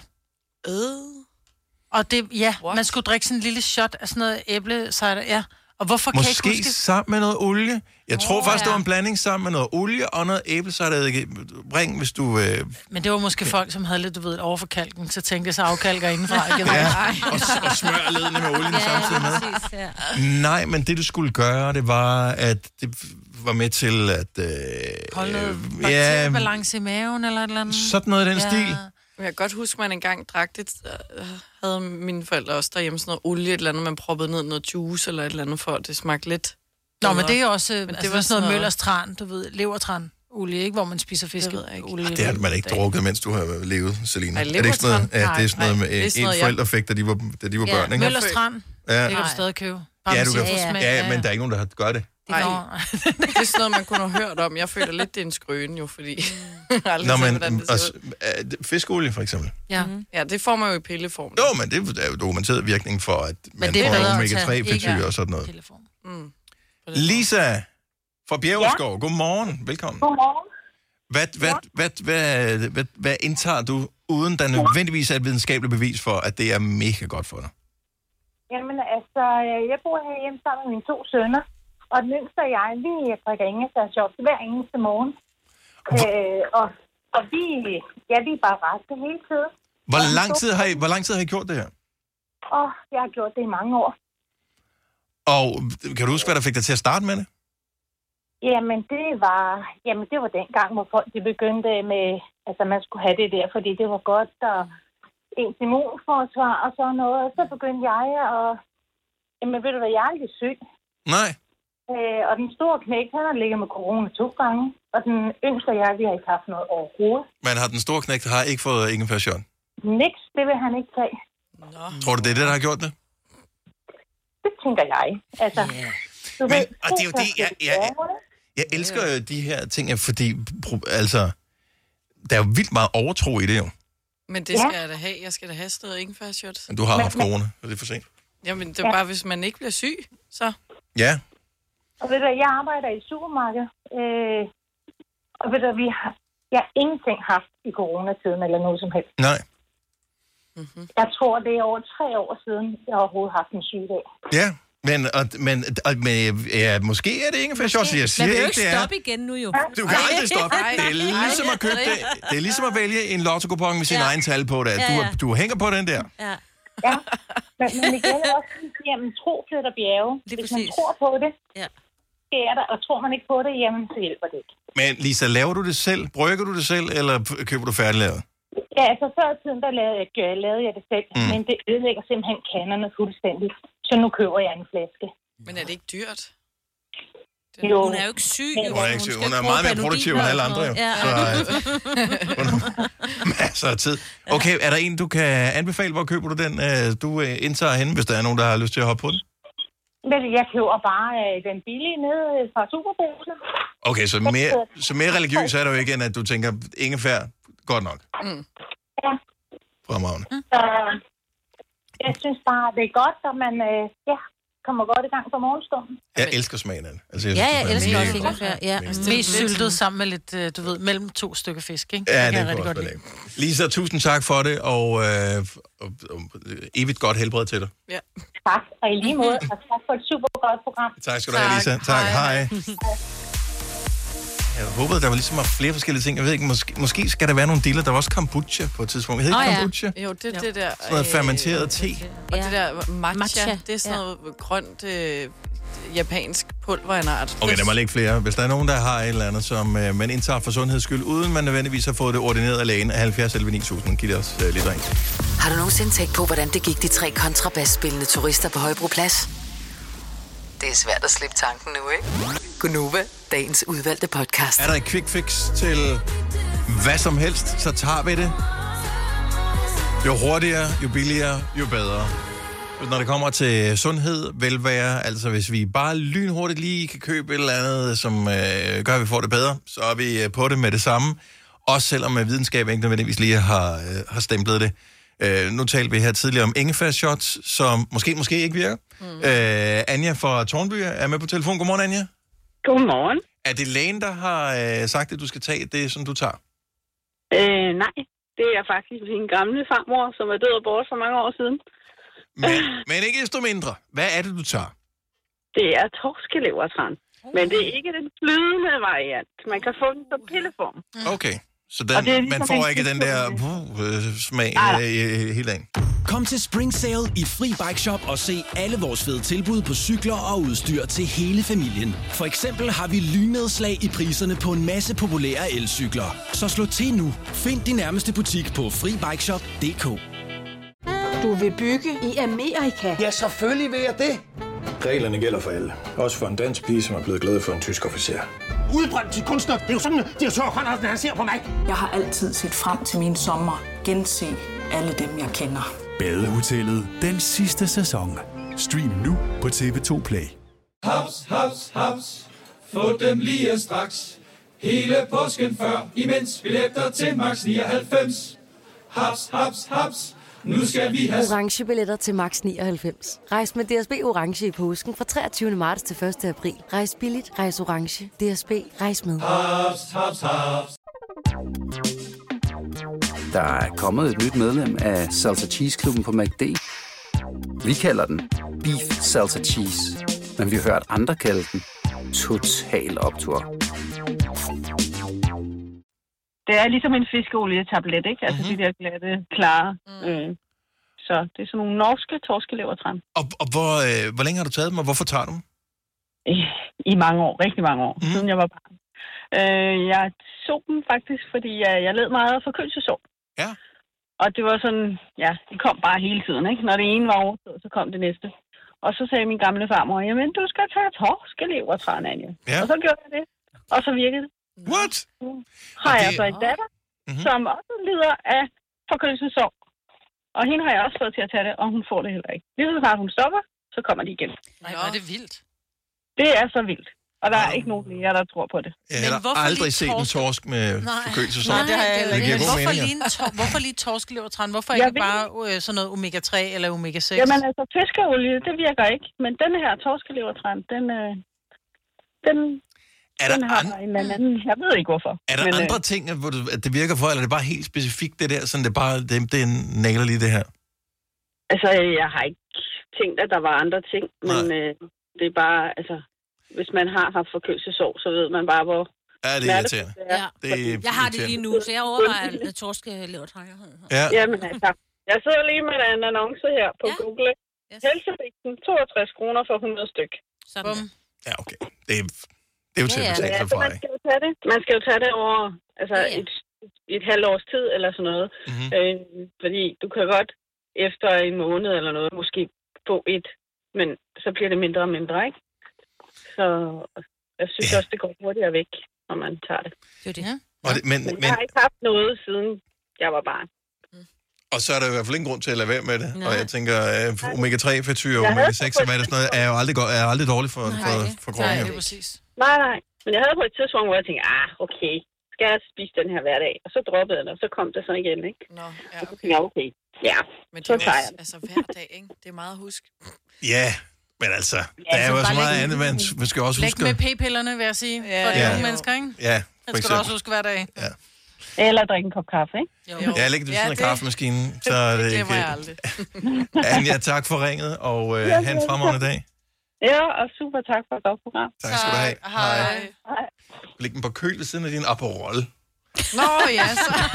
Og det, man skulle drikke sådan en lille shot af sådan noget æblecider, ja. Og hvorfor kan jeg ikke huske... Måske sammen med noget olie. Jeg tror faktisk, det var en blanding sammen med noget olie og noget æblecideredike. Bring, hvis du... Men det var måske folk, som havde lidt, du ved, overforkalken, så tænkte jeg så afkalker indenfra. Og smør ledene med olien samtidig med. Præcis, nej, men det du skulle gøre, det var, at det var med til at... holde noget bakteriebalance i maven eller et eller andet. Sådan noget i den stil. Jeg kan godt huske, at man engang drak det, havde mine forældre også derhjemme sådan noget olie, et eller andet, man proppede ned noget juice eller et eller andet, for at det smagte lidt. Nå, men det er også det var sådan noget Møllers tran, du ved, levertran olie, ikke, hvor man spiser fiskeolie. Det har man ikke drukket, mens du har levet, Selina. Er det ikke sådan noget? Ja, det er sådan noget med en forældre fik, da de var børn, ikke? Møllers tran, det kan du stadig købe. Ja, du kan men der er ikke nogen, der har gør det. Nej, det er sådan noget, man kunne have hørt om. Jeg føler lidt, det er en skrøne jo, fordi... Nå, men fiskolie for eksempel. Ja, det får man jo i pilleform. Jo, men det er jo dokumenteret virkning for, at man får omega-3-fetyr og sådan noget. Lisa fra Bjergeskov, godmorgen. Velkommen. Godmorgen. Hvad indtager du, uden der nødvendigvis er et videnskabeligt bevis for, at det er mega godt for dig? Jamen, altså, jeg bor herhjemme sammen med mine 2 sønner. Og den yngste og jeg, vi drikker ingefærshots hver eneste morgen. Og vi er bare raske hele tiden. Hvor lang tid har I gjort det her? Jeg har gjort det i mange år. Og kan du huske, hvad der fik dig til at starte med det? Jamen, det var dengang, hvor folk de begyndte med, altså man skulle have det der, fordi det var godt, og ens immunforsvar og sådan noget. Og så begyndte jeg jamen ved du hvad, jeg er aldrig syg. Nej. Og den store knæk, han har ligget med corona 2 gange. Og den yngste og jeg, vi har ikke haft noget overhovedet. Men har den store knæk, har ikke fået ingefærshot? Niks, det vil han ikke tage. Nå. Tror du, det er det, der har gjort det? Det tænker jeg. Altså, men, og det er jo det, jeg elsker jo de her ting, fordi altså, der er jo vildt meget overtro i det jo. Men det skal jeg da have. Jeg skal da have sådan noget ingefærshot. Men du har haft corona, så det er for sent. Jamen, det er bare, hvis man ikke bliver syg, så... Ja. Og ved du, jeg arbejder i supermarked, og ved du, jeg har ingenting haft i coronatiden eller noget som helst. Nej. Mm-hmm. Jeg tror, det er over 3 år siden, jeg har overhovedet haft en sygdag. Ja, men måske er det ingefærshot, jeg siger ikke, det er. Man vil jo ikke stoppe igen nu jo. Du kan aldrig stoppe. Det er ligesom at købe det. Det er ligesom at vælge en lotto-kupon med sin egen tal på det. Du hænger på den der. Ja, men det gælder også, jamen tro flytter bjerge. Hvis man tror på det, sker der, og tror man ikke på det, jamen så hjælper det ikke. Men Lisa, laver du det selv? Brygger du det selv, eller køber du færdiglavet? Ja, altså før tiden, der lavede jeg det selv, men det ødelægger simpelthen kanderne fuldstændig. Så nu køber jeg en flaske. Men er det ikke dyrt? Jo. Hun er jo ikke syg. Hun er meget mere produktiv end alle andre. Ja. Så masser af tid. Okay, er der en, du kan anbefale? Hvor køber du den, du indtager henne, hvis der er nogen, der har lyst til at hoppe på den? Jeg køber bare den billige nede fra Superbrugsen. Okay, så mere religiøs er der jo ikke, end at du tænker, ingefær, godt nok. Ja. Fremragende. Jeg synes bare, det er godt, at man kommer godt i gang på morgenstunden. Jeg elsker smagen af det. Altså, jeg elsker også ingefær. Ja. Mest syltet sammen med lidt, du ved, mellem 2 stykker fisk, ikke? Ja, det er rigtig godt. Lisa, tusind tak for det, og evigt godt helbred til dig. Ja. Tak, og i lige måde, og tak for et super godt program. Tak skal du have, Lisa. Tak, hej. Jeg håbede, der var ligesom flere forskellige ting. Jeg ved ikke, måske skal der være nogle dealer. Der var også kombucha på et tidspunkt. Hed ikke kombucha? Jo, det der... Sådan noget fermenteret te. Og det der matcha, det er sådan noget grønt japansk pulver af en art. Okay, der må ikke flere. Hvis der er nogen, der har et eller andet, som man indtager for sundheds skyld, uden man nødvendigvis har fået det ordineret af lægen af 70 11 9000, giv det os lidt ring. Har du nogensinde tænkt på, hvordan det gik de 3 kontrabasspillende turister på Højbroplads? Det er svært at slippe tanken nu, ikke? Gunova, dagens udvalgte podcast. Er der et quick fix til hvad som helst, så tager vi det. Jo hurtigere, jo billigere, jo bedre. når det kommer til sundhed, velvære, altså hvis vi bare lynhurtigt lige kan købe et eller andet, som gør, at vi får det bedre, så er vi på det med det samme. Også selvom videnskab ikke nødvendigvis lige har stemplet det. Nu talte vi her tidligere om ingefær-shots, som måske ikke virker. Anja fra Tårnby er med på telefon. Godmorgen, Anja. Godmorgen. Er det lægen, der har sagt, at du skal tage det, som du tager? Nej, det er faktisk min gamle farmor, som er død og bort for mange år siden. Men ikke desto mindre. Hvad er det, du tager? Det er torskelevertran. Men det er ikke den flydende variant. Man kan få den som pilleform. Okay, så man får ikke den der smag hele dagen. Kom til Spring Sale i Fri Bike Shop og se alle vores fede tilbud på cykler og udstyr til hele familien. For eksempel har vi lynnedslag i priserne på en masse populære elcykler. Så slå til nu. Find din nærmeste butik på FriBikeShop.dk. Du vil bygge i Amerika? Ja, selvfølgelig vil jeg det. Reglerne gælder for alle. Også for en dansk pige, som er blevet glad for en tysk officer. Udbrændt til kunstner. Det er jo sådan, at direktør Conradsen, han ser på mig. Jeg har altid set frem til min sommer. Gense alle dem, jeg kender. Badehotellet den sidste sæson. Stream nu på TV2 Play. Haps, haps, haps. Få dem lige straks. Hele påsken før, imens billetter til max 99. Haps, haps, haps. Nu skal vi have orange billetter til max 99. Rejs med DSB orange i påsken fra 23. marts til 1. april. Rejs billigt, rejs orange. DSB, rejs med. Haps, haps, haps. Der er kommet et nyt medlem af Salsa Cheese Klubben på McD. Vi kalder den Beef Salsa Cheese, men vi har hørt andre kalde den Total Optur. Det er ligesom en fiskeolietablet, ikke? Altså de der glatte, klare. Så det er sådan nogle norske torskelevertran. Og hvor længe har du taget dem, og hvorfor tager du dem? I mange år, rigtig mange år, siden jeg var barn. Jeg så dem faktisk, fordi jeg led meget af forkølelsesår. Ja. Og det var sådan, ja, det kom bare hele tiden, ikke? Når det ene var overstået, så kom det næste. Og så sagde min gamle farmor, jamen du skal tage torskelevertran, Anja. Ja. Og så gjorde jeg det, og så virkede det. What? Har jeg så en datter, som også lider af forkølelsesår. Og hende har jeg også fået til at tage det, og hun får det heller ikke. Lige så snart hun stopper, så kommer de igen. Nej, hvor er det vildt. Det er så vildt. Og der er ikke nogen læger, der tror på det. Jeg har aldrig set en torsk med forkølelsesår. Nej, det har jeg heller ikke. Hvorfor lige torskelevertran? Hvorfor ikke bare sådan noget omega-3 eller omega-6? Jamen altså, fiskeolie, det virker ikke. Men den her torskelevertran, den har en eller anden. Jeg ved ikke, hvorfor. Er der andre ting, hvor det virker for, eller er det bare helt specifikt det der, sådan det nailer lige det her? Altså, jeg har ikke tænkt, at der var andre ting, men det er bare, altså, hvis man har haft forkølelsesår, så ved man bare, hvor... Ja, det er irriterende. Jeg har det lige nu, så jeg overvejer at torskelevertran. Ja. Jamen altså, jeg sidder lige med en annonce her på Google. Helsevægten 62 kroner for 100 styk. Sådan. Ja, okay. Det er jo til at betale sig fra, ikke? Man skal jo tage det over et halvt års tid eller sådan noget. Fordi du kan godt efter en måned eller noget måske få et, men så bliver det mindre og mindre, ikke? Så jeg synes også, det går hurtigere væk, når man tager det. Det er det. Men jeg har ikke haft noget, siden jeg var barn. Og så er der i hvert fald ingen grund til at lade være med det. Og jeg tænker, omega-3, fedtsyre og omega-6, hvad er det sådan noget, er aldrig dårligt for kroppen. Nej, det er præcis. Nej. Men jeg havde på et tidspunkt, hvor jeg tænkte, okay, skal jeg spise den her hver dag? Og så droppede jeg det, og så kom det så igen, ikke? Nå, ja, okay. Og så tænkte jeg, okay, ja, men det så tager jeg det. Altså hver dag, ikke? Det er meget at huske. Ja, men altså, der er jo så meget andet, man skal også huske. Læg med p-pillerne, vil jeg sige, for de unge mennesker, ikke? Ja, for eksempel. Det skal du også huske hver dag. Ja. Eller drikke en kop kaffe, ikke? Jo. Ja, læg det ved siden af kaffemaskinen, så er det ikke... jeg aldrig. Anja, tak for ringet, og have en fremragende dag. Ja, og super tak for et godt program. Tak skal du have. Hej. Læg den på køl ved siden af din Aperol. Nå, ja,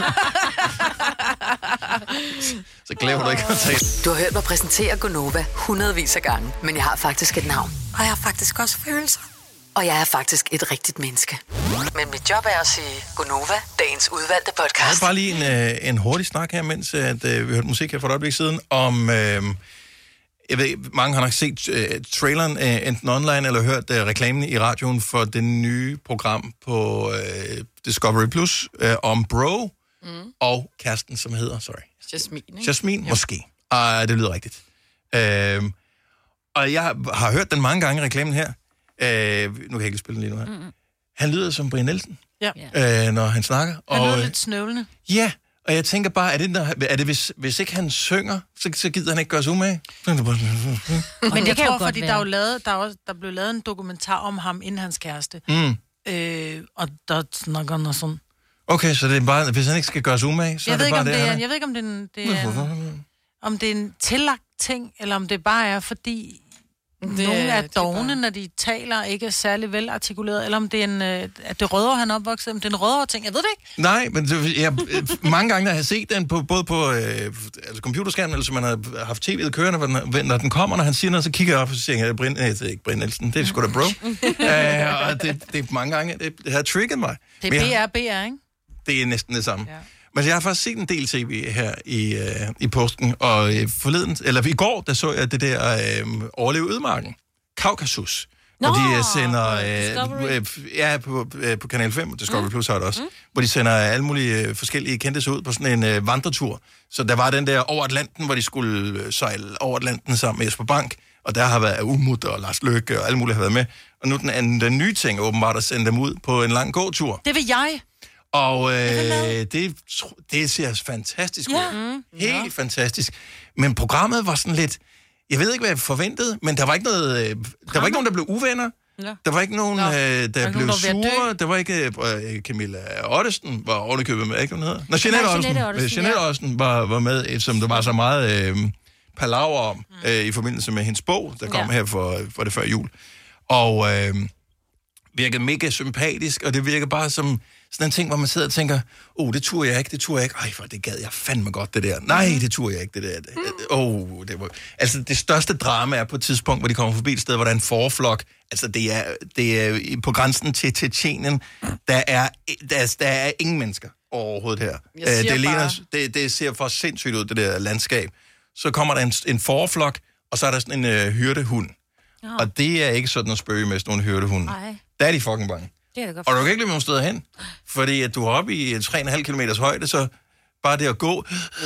så glemmer du ikke at tage. Du har hørt mig præsentere Gonova hundredvis af gange, men jeg har faktisk et navn. Og jeg har faktisk også følelser. Og jeg er faktisk et rigtigt menneske. Men mit job er at sige Gonova, dagens udvalgte podcast. Jeg har bare lige en hurtig snak her, mens vi hørte musik her for et øjeblik siden, om... jeg ved, mange har nok set traileren enten online eller hørt reklamen i radioen for det nye program på Discovery Plus om Bro og kæresten, som hedder, Jasmine, ikke? Jasmine, måske. Det lyder rigtigt. Og jeg har hørt den mange gange i reklamen her. Nu kan jeg ikke spille den lige nu her. Han lyder som Brian Nielsen, når han snakker. Han lyder lidt snøvlende. Ja, og jeg tænker bare, er det hvis ikke han synger, så gider han ikke gøre sig umage? Men det kan jo godt være. Der blev lavet en dokumentar om ham inden hans kæreste. Og der snakker noget sådan. Okay, så det er bare, hvis han ikke skal gøre sig umage, så er det bare det. Jeg ved ikke, om det er en tillagt ting, eller om det bare er, fordi nogle er dogne, når de taler, ikke er særlig velartikuleret, eller om det er at det Rødovre, han er opvokset, om det er en Rødovre ting, jeg ved det ikke. Nej, men mange gange, når jeg har set den, både på computerskærmen, eller så man har haft tv'et kørende, når den kommer, når han siger noget, så kigger jeg op, og så siger jeg, det er ikke Brian Nielsen, det er sgu da bro. Og det er mange gange, det har trigget mig. Det er BR, ikke? Det er næsten det samme. Ja. Men jeg har faktisk set en del tv her i påsken, og i går, der så jeg det der Overleve Ødemarken, Kaukasus. Hvor de sender på Kanal 5, Discovery Plus har det også, hvor de sender alle mulige forskellige kendte ud på sådan en vandretur. Så der var den der over Atlanten, hvor de skulle sejle over Atlanten sammen med Jesper Bank, og der har været Umut og Lars Løkke og alle mulige har været med. Og nu den nye ting åbenbart at sende dem ud på en lang gåtur. Det vil jeg. Og det ser fantastisk ud. Helt fantastisk. Men programmet var sådan lidt... Jeg ved ikke, hvad jeg forventede, men der var ikke noget... Der var ikke nogen, der blev uvenner. Ja. Der var ikke nogen, der blev sure. Der var ikke... Camilla Ottesen var overkøbet med, ikke, hvad hun hedder? Jeanette Ottesen var med, som der var så meget palaver om, i forbindelse med hendes bog, der kom her for det før jul. Og virkede mega sympatisk, og det virker bare som... Sådan en ting, hvor man sidder og tænker, det turde jeg ikke. Ej, for det gad jeg fandme godt, det der. Nej, det turde jeg ikke, det der. Det var... Altså, det største drama er på et tidspunkt, hvor de kommer forbi et sted, hvor der er en forflok. Altså, det er på grænsen til Tjetjenien. Der er ingen mennesker overhovedet her. Det ser for sindssygt ud, det der landskab. Så kommer der en forflok, og så er der sådan en hyrdehund. Og det er ikke sådan at spøge med sådan nogle hyrdehunde. Der er de fucking bange. Og du kan ikke løbe nogen steder hen, fordi at du er oppe i 3,5 kilometers højde, så bare det at gå,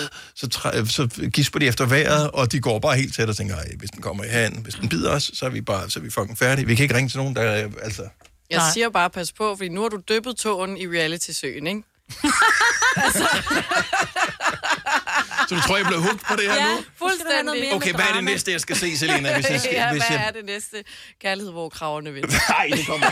så gisper de efter vejret, og de går bare helt tæt og tænker, hvis den kommer i hand, hvis den bider os, så er vi fucking færdige. Vi kan ikke ringe til nogen, der altså... Jeg siger bare, pas på, fordi nu har du dyppet tåen i reality-søen, ikke? Så du tror, jeg blev hooked på det her nu? Fuldstændig. Okay, hvad er det næste, jeg skal se, Selina? Hvad er det næste? Kærlighed, hvor kraverne vil. Nej, det kommer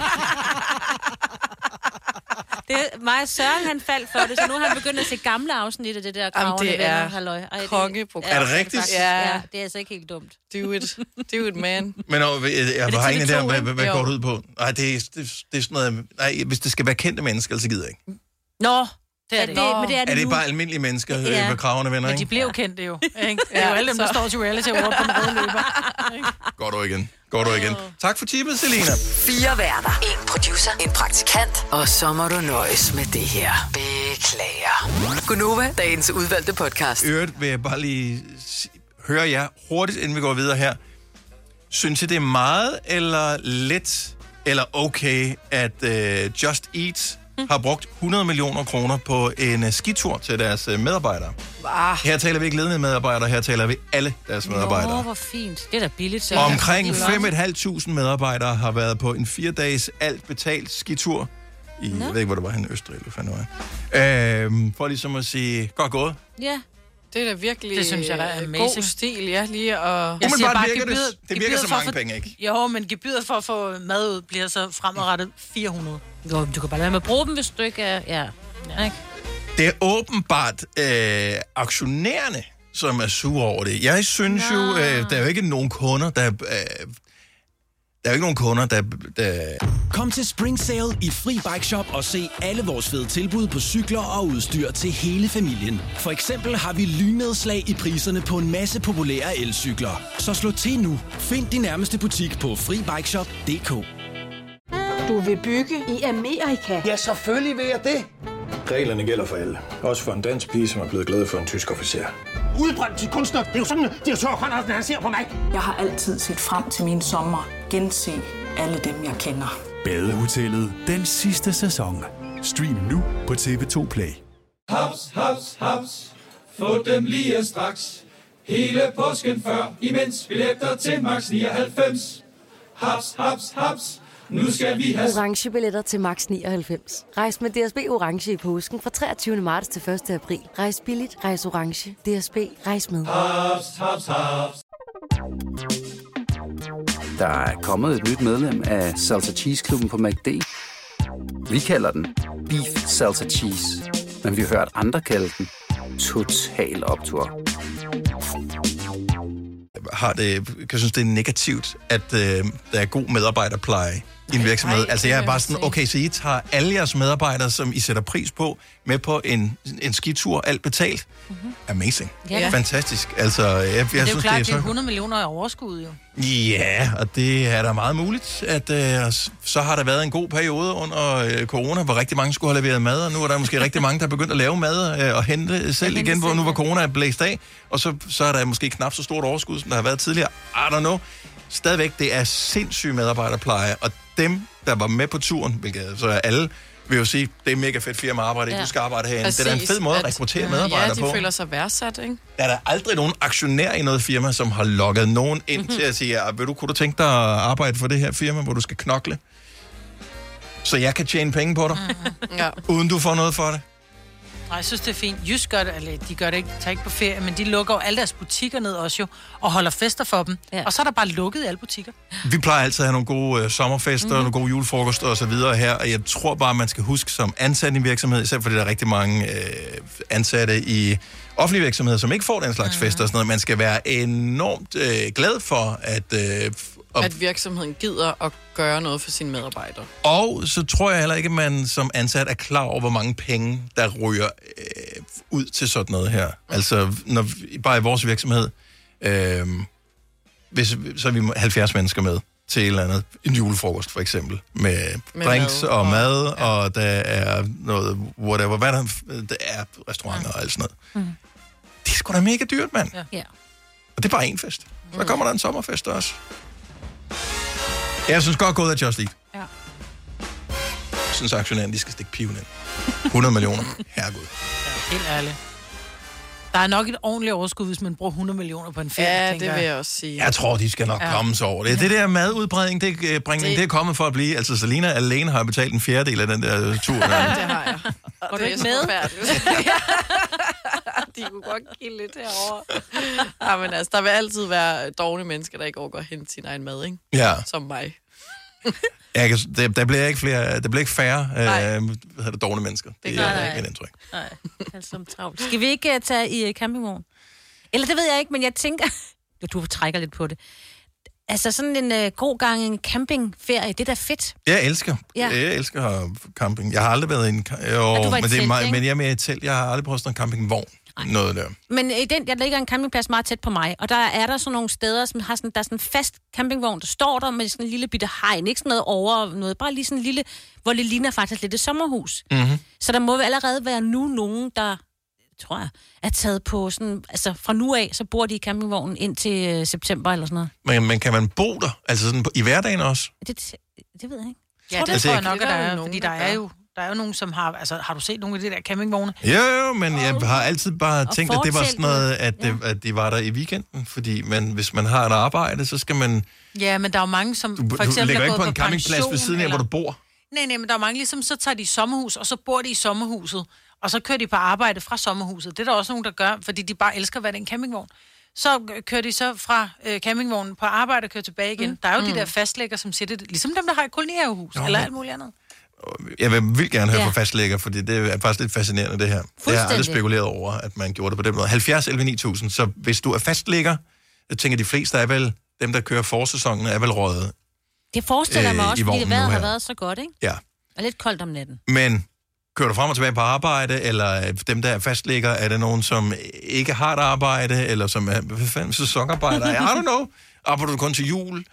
ikke. Mig og Søren, han faldt for det, så nu har han begyndt at se gamle afsnit af det der kraverne venner. Det er kongeprogram. Er det rigtigt? Ja, det er altså ikke helt dumt. Do it, man. Men jeg har ingen der, hvad går det ud på? Nej, det er sådan noget... Nej, hvis det skal være kendte mennesker, så gider jeg ikke. Nå, det er det. Er det bare almindelige mennesker med kraverne venner, ikke? Men de bliver jo kendte jo, ikke? Det er jo alle dem, der står til reality over på den røde løber. Går du igen. Tak for tippet, Selina. 4 værter, 1 producer, en praktikant, og så må du nøjes med det her. Beklager. Gunova, dagens udvalgte podcast. Øvrigt vil jeg bare lige høre jer hurtigt, inden vi går videre her. Synes I, det er meget eller let eller okay, at Just Eat har brugt 100 millioner kroner på en skitur til deres medarbejdere? Her taler vi ikke ledende medarbejdere, her taler vi alle deres medarbejdere. Hvor fint. Det er da billigt. Så omkring 5.500 medarbejdere har været på en 4-dages alt betalt skitur i, jeg ved ikke, hvor det var henne, Østrig, eller fanden for ligesom at sige, godt gået. Ja. Det er da virkelig det synes jeg, der er god stil, lige at... Jeg siger bare, det virker så mange penge, ikke? Jo, men gebyret for at få mad ud bliver så fremadrettet 400. Jo, du kan bare lade med at bruge dem, hvis du ikke er... Ja. Ikke? Det er åbenbart aktionærerne, som er sure over det. Jeg synes jo, der er jo ikke nogen kunder, der er jo ikke nogen kunder, der... Kom til Spring Sale i Fri Bike Shop og se alle vores fede tilbud på cykler og udstyr til hele familien. For eksempel har vi lynedslag i priserne på en masse populære elcykler. Så slå til nu. Find din nærmeste butik på FriBikeShop.dk. Du vil bygge i Amerika? Ja, selvfølgelig vil jeg det. Reglerne gælder for alle. Også for en dansk pige, som er blevet glad for en tysk officer. Udbrændt til kunstner. Det er jo sådan, at direktør Conradsen, han ser på mig. Jeg har altid set frem til min sommer. Gense alle dem, jeg kender. Badehotellet den sidste sæson. Stream nu på TV2 Play. Haps, haps, haps. Få dem lige straks. hele påsken før, imens billetter til max 99. Haps, haps, haps. Nu skal vi have orange billetter til max 99. Rejs med DSB orange i påsken fra 23. marts til 1. april. Rejs billigt, rejs orange. DSB, rejs med. haps, haps, haps. Der er kommet et nyt medlem af Salsa Cheese Klubben på McD. Vi kalder den Beef Salsa Cheese, men vi har hørt andre kalde den Total Optur. Kan synes, det er negativt, at der er god medarbejderpleje i en virksomhed. Nej, altså jeg er bare sådan, okay, så I tager alle jeres medarbejdere, som I sætter pris på, med på en skitur, alt betalt. Amazing. Ja. Fantastisk. Altså, jeg det er jo synes, klart, det det er 100 millioner i overskud jo. Ja, og det er da meget muligt, at så har der været en god periode under corona, hvor rigtig mange skulle have leveret mad, og nu er der måske rigtig mange, der er begyndt at lave mad og hente selv igen, hvor nu hvor corona er blæst af, og så er der måske knap så stort overskud, som der har været tidligere. I don't know. Stadigvæk, det er sindssyg medarbejderpleje, og dem, der var med på turen, hvilket så er alle, vil jo sige, det er mega fedt firma at arbejde i, du skal arbejde herinde. Det er da en fed måde at rekruttere medarbejdere på. Ja, de føler sig værdsat, ikke? Der er der aldrig nogen aktionær i noget firma, som har lukket nogen ind til at sige, kunne du tænke dig at arbejde for det her firma, hvor du skal knokle? Så jeg kan tjene penge på dig, uden du får noget for det. Nej, jeg synes, det er fint. Jysk gør det, eller de gør det ikke, tager ikke på ferie, men de lukker jo alle deres butikker ned også jo, og holder fester for dem. Ja. Og så er der bare lukket i alle butikker. Vi plejer altid at have nogle gode sommerfester, nogle gode julefrokoster og så videre her, og jeg tror bare, man skal huske som ansat i en virksomhed, især fordi der er rigtig mange ansatte i offentlige virksomheder, som ikke får den slags fester og sådan noget. Man skal være enormt glad for, at virksomheden gider at gøre noget for sine medarbejdere. Og så tror jeg heller ikke, at man som ansat er klar over, hvor mange penge, der ryger ud til sådan noget her. Altså, bare i vores virksomhed, så er vi 70 mennesker med til et eller andet, en julefrokost for eksempel, med drinks og mad, og der er noget, whatever, hvad der er restauranter og alt sådan noget. Det er sgu da mega dyrt, mand. Ja. Og det er bare en fest. Så kommer der en sommerfest også. Jeg synes godt gået af Just Eat. Ja. Jeg synes, aktionærerne, de skal stikke piven ind. 100 millioner. Herregud. Ja, helt ærligt. Der er nok et ordentligt overskud, hvis man bruger 100 millioner på en ferie, ja, det vil jeg også sige. Jeg tror, de skal nok komme så over det. Det der madudbredning, det er kommet for at blive. Altså, Selina alene har betalt en fjerdedel af den der tur. Ja, det har jeg. Var du ikke med? De kunne godt give lidt herovre. Ja, men altså, der vil altid være dårlige mennesker, der ikke overgår at hente sin egen mad, ikke? Ja. Som mig. Der bliver ikke flere, der bliver ikke færre dårlige mennesker. Det er mit indtryk. Nej, altså travlt. Skal vi ikke tage i campingvogn? Eller det ved jeg ikke, men jeg tænker... Du trækker lidt på det. Altså sådan en god gang en campingferie, det er da fedt. Jeg elsker camping. Jeg har aldrig været i en... Men jeg er mere i et telt. Jeg har aldrig prøvet sådan en campingvogn. Noget der. Men i der ligger en campingplads meget tæt på mig, og der er der sådan nogle steder, som har sådan, der er sådan en fast campingvogn, der står der med sådan en lille bitte hegn, ikke sådan noget over noget, bare lige sådan en lille, hvor det ligner faktisk lidt et sommerhus. Så der må allerede være nu nogen, der, tror jeg, er taget på sådan, altså fra nu af, så bor de i campingvognen ind til september eller sådan noget. Men kan man bo der? Altså sådan i hverdagen også? Det ved jeg ikke. Ja, det tror jeg nok, at der er, fordi der er jo nogen, som har... Altså, har du set nogle af de der campingvogne? Jo, men jeg har altid bare tænkt, at det var sådan noget, at de var der i weekenden. Fordi hvis man har et arbejde, så skal man... Ja, men der er jo mange, som for eksempel du ligger ikke på en campingplads ved siden af, hvor du bor. Nej, men der er mange, ligesom så tager de i sommerhus, og så bor de i sommerhuset. Og så kører de på arbejde fra sommerhuset. Det er der også nogen, der gør, fordi de bare elsker at være i en campingvogn. Så kører de så fra campingvognen på arbejde og kører tilbage igen. Der er jo de der fastlægger, som siger det, ligesom dem, der har et kolonihavehus, eller alt muligt andet. Jeg vil gerne høre fra fastlægger, fordi det er faktisk lidt fascinerende, det her. Det har jeg aldrig spekuleret over, at man gjorde det på den måde. 70 11 9000, så hvis du er fastlægger, jeg tænker, de fleste er vel, dem der kører forsæsonen, er vel røget. Det forestiller mig også, fordi vejret har været så godt, ikke? Ja. Og lidt koldt om natten. Men kører du frem og tilbage på arbejde, eller dem, der er fastlægger, er det nogen, som ikke har et arbejde, eller som er, hvad fanden, sæsonarbejder? I don't know. Arbejder du kun til jul?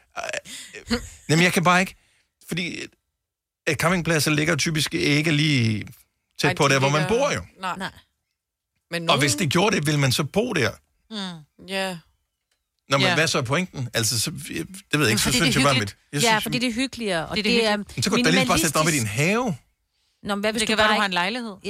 Jamen, jeg kan bare ikke, fordi campingpladser ligger typisk ikke lige tæt på der, hvor man bor jo. Nej. Men nogen... Og hvis det gjorde det, ville man så bo der? Ja. Nå, men hvad så er pointen? Altså, det ved jeg ikke, så synes jeg bare mit... Fordi det er hyggeligere. Og det er så kunne du da lige bare sætte op i din have. Nå, men hvad hvis det du kan være, du har en lejlighed. Ja.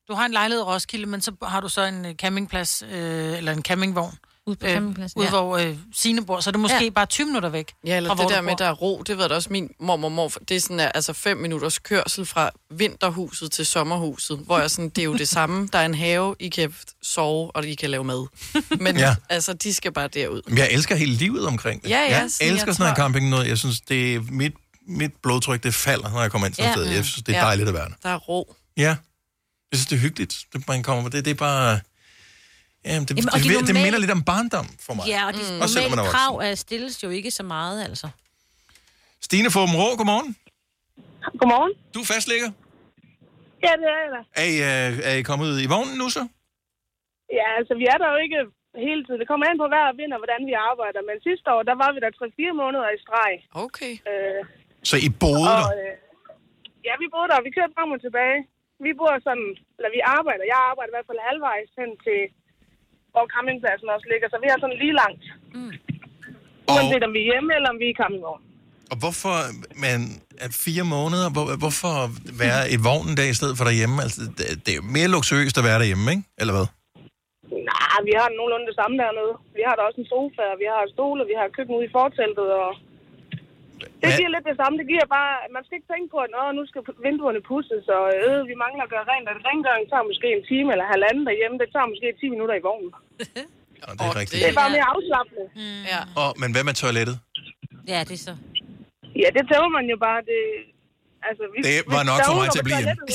Du har en lejlighed i Roskilde, men så har du så en campingplads, eller en campingvogn. Ude på campingpladsen, hvor Signe bor, så er det måske bare 20 minutter væk. Ja, eller det der med, der er ro, det ved da også min mormor. Det er sådan, altså 5 minutters kørsel fra vinterhuset til sommerhuset, hvor jeg sådan, det er jo det samme. Der er en have, I kan sove, og I kan lave mad. Men altså, de skal bare derud. Jeg elsker hele livet omkring det. Ja, jeg elsker sådan noget camping noget. Jeg synes, det er mit blodtryk, det falder, når jeg kommer ind til et sted. Jeg synes, det er dejligt at være der. Der er ro. Ja, jeg synes, det er hyggeligt. Man kommer, det er bare... Ja, det minder lidt om barndom for mig. Ja, og de normale krav stilles jo ikke så meget, altså. Stine Fåbenrå, godmorgen. Godmorgen. Du er fastlægger? Ja, det er jeg da. Er I kommet i vognen nu så? Ja, altså vi er der jo ikke hele tiden. Det kommer an på hver vind og hvordan vi arbejder. Men sidste år, der var vi der 3-4 måneder i streg. Okay. Så I boede der? Ja, vi boede der. Vi kørte frem og tilbage. Vi bor sådan, eller vi arbejder. Jeg arbejder i hvert fald halvvejs hen til... hvor campingpladsen også ligger, så vi er sådan lige langt. Uanset om vi er hjemme, eller om vi er i campingvogn. Og hvorfor, at 4 måneder, hvorfor være i vognen der i stedet for derhjemme? Altså, det er jo mere luksuriøst at være derhjemme, ikke? Eller hvad? Nej, vi har nogenlunde det samme dernede. Vi har da også en sofa, vi har stole, vi har køkken ude i forteltet, og... Det giver lidt det samme. Det giver bare... Man skal ikke tænke på, at nu skal vinduerne pudses, og vi mangler at gøre rent. Og rengøring tager måske en time eller halvanden derhjemme. Det tager måske 10 minutter i vognen. Ja, det er rigtigt. Det er bare mere afslappende. Ja. Men hvad med toilettet? Ja, det er så... Ja, det tæver man jo bare. Det var nok for mig til at blive hjemme.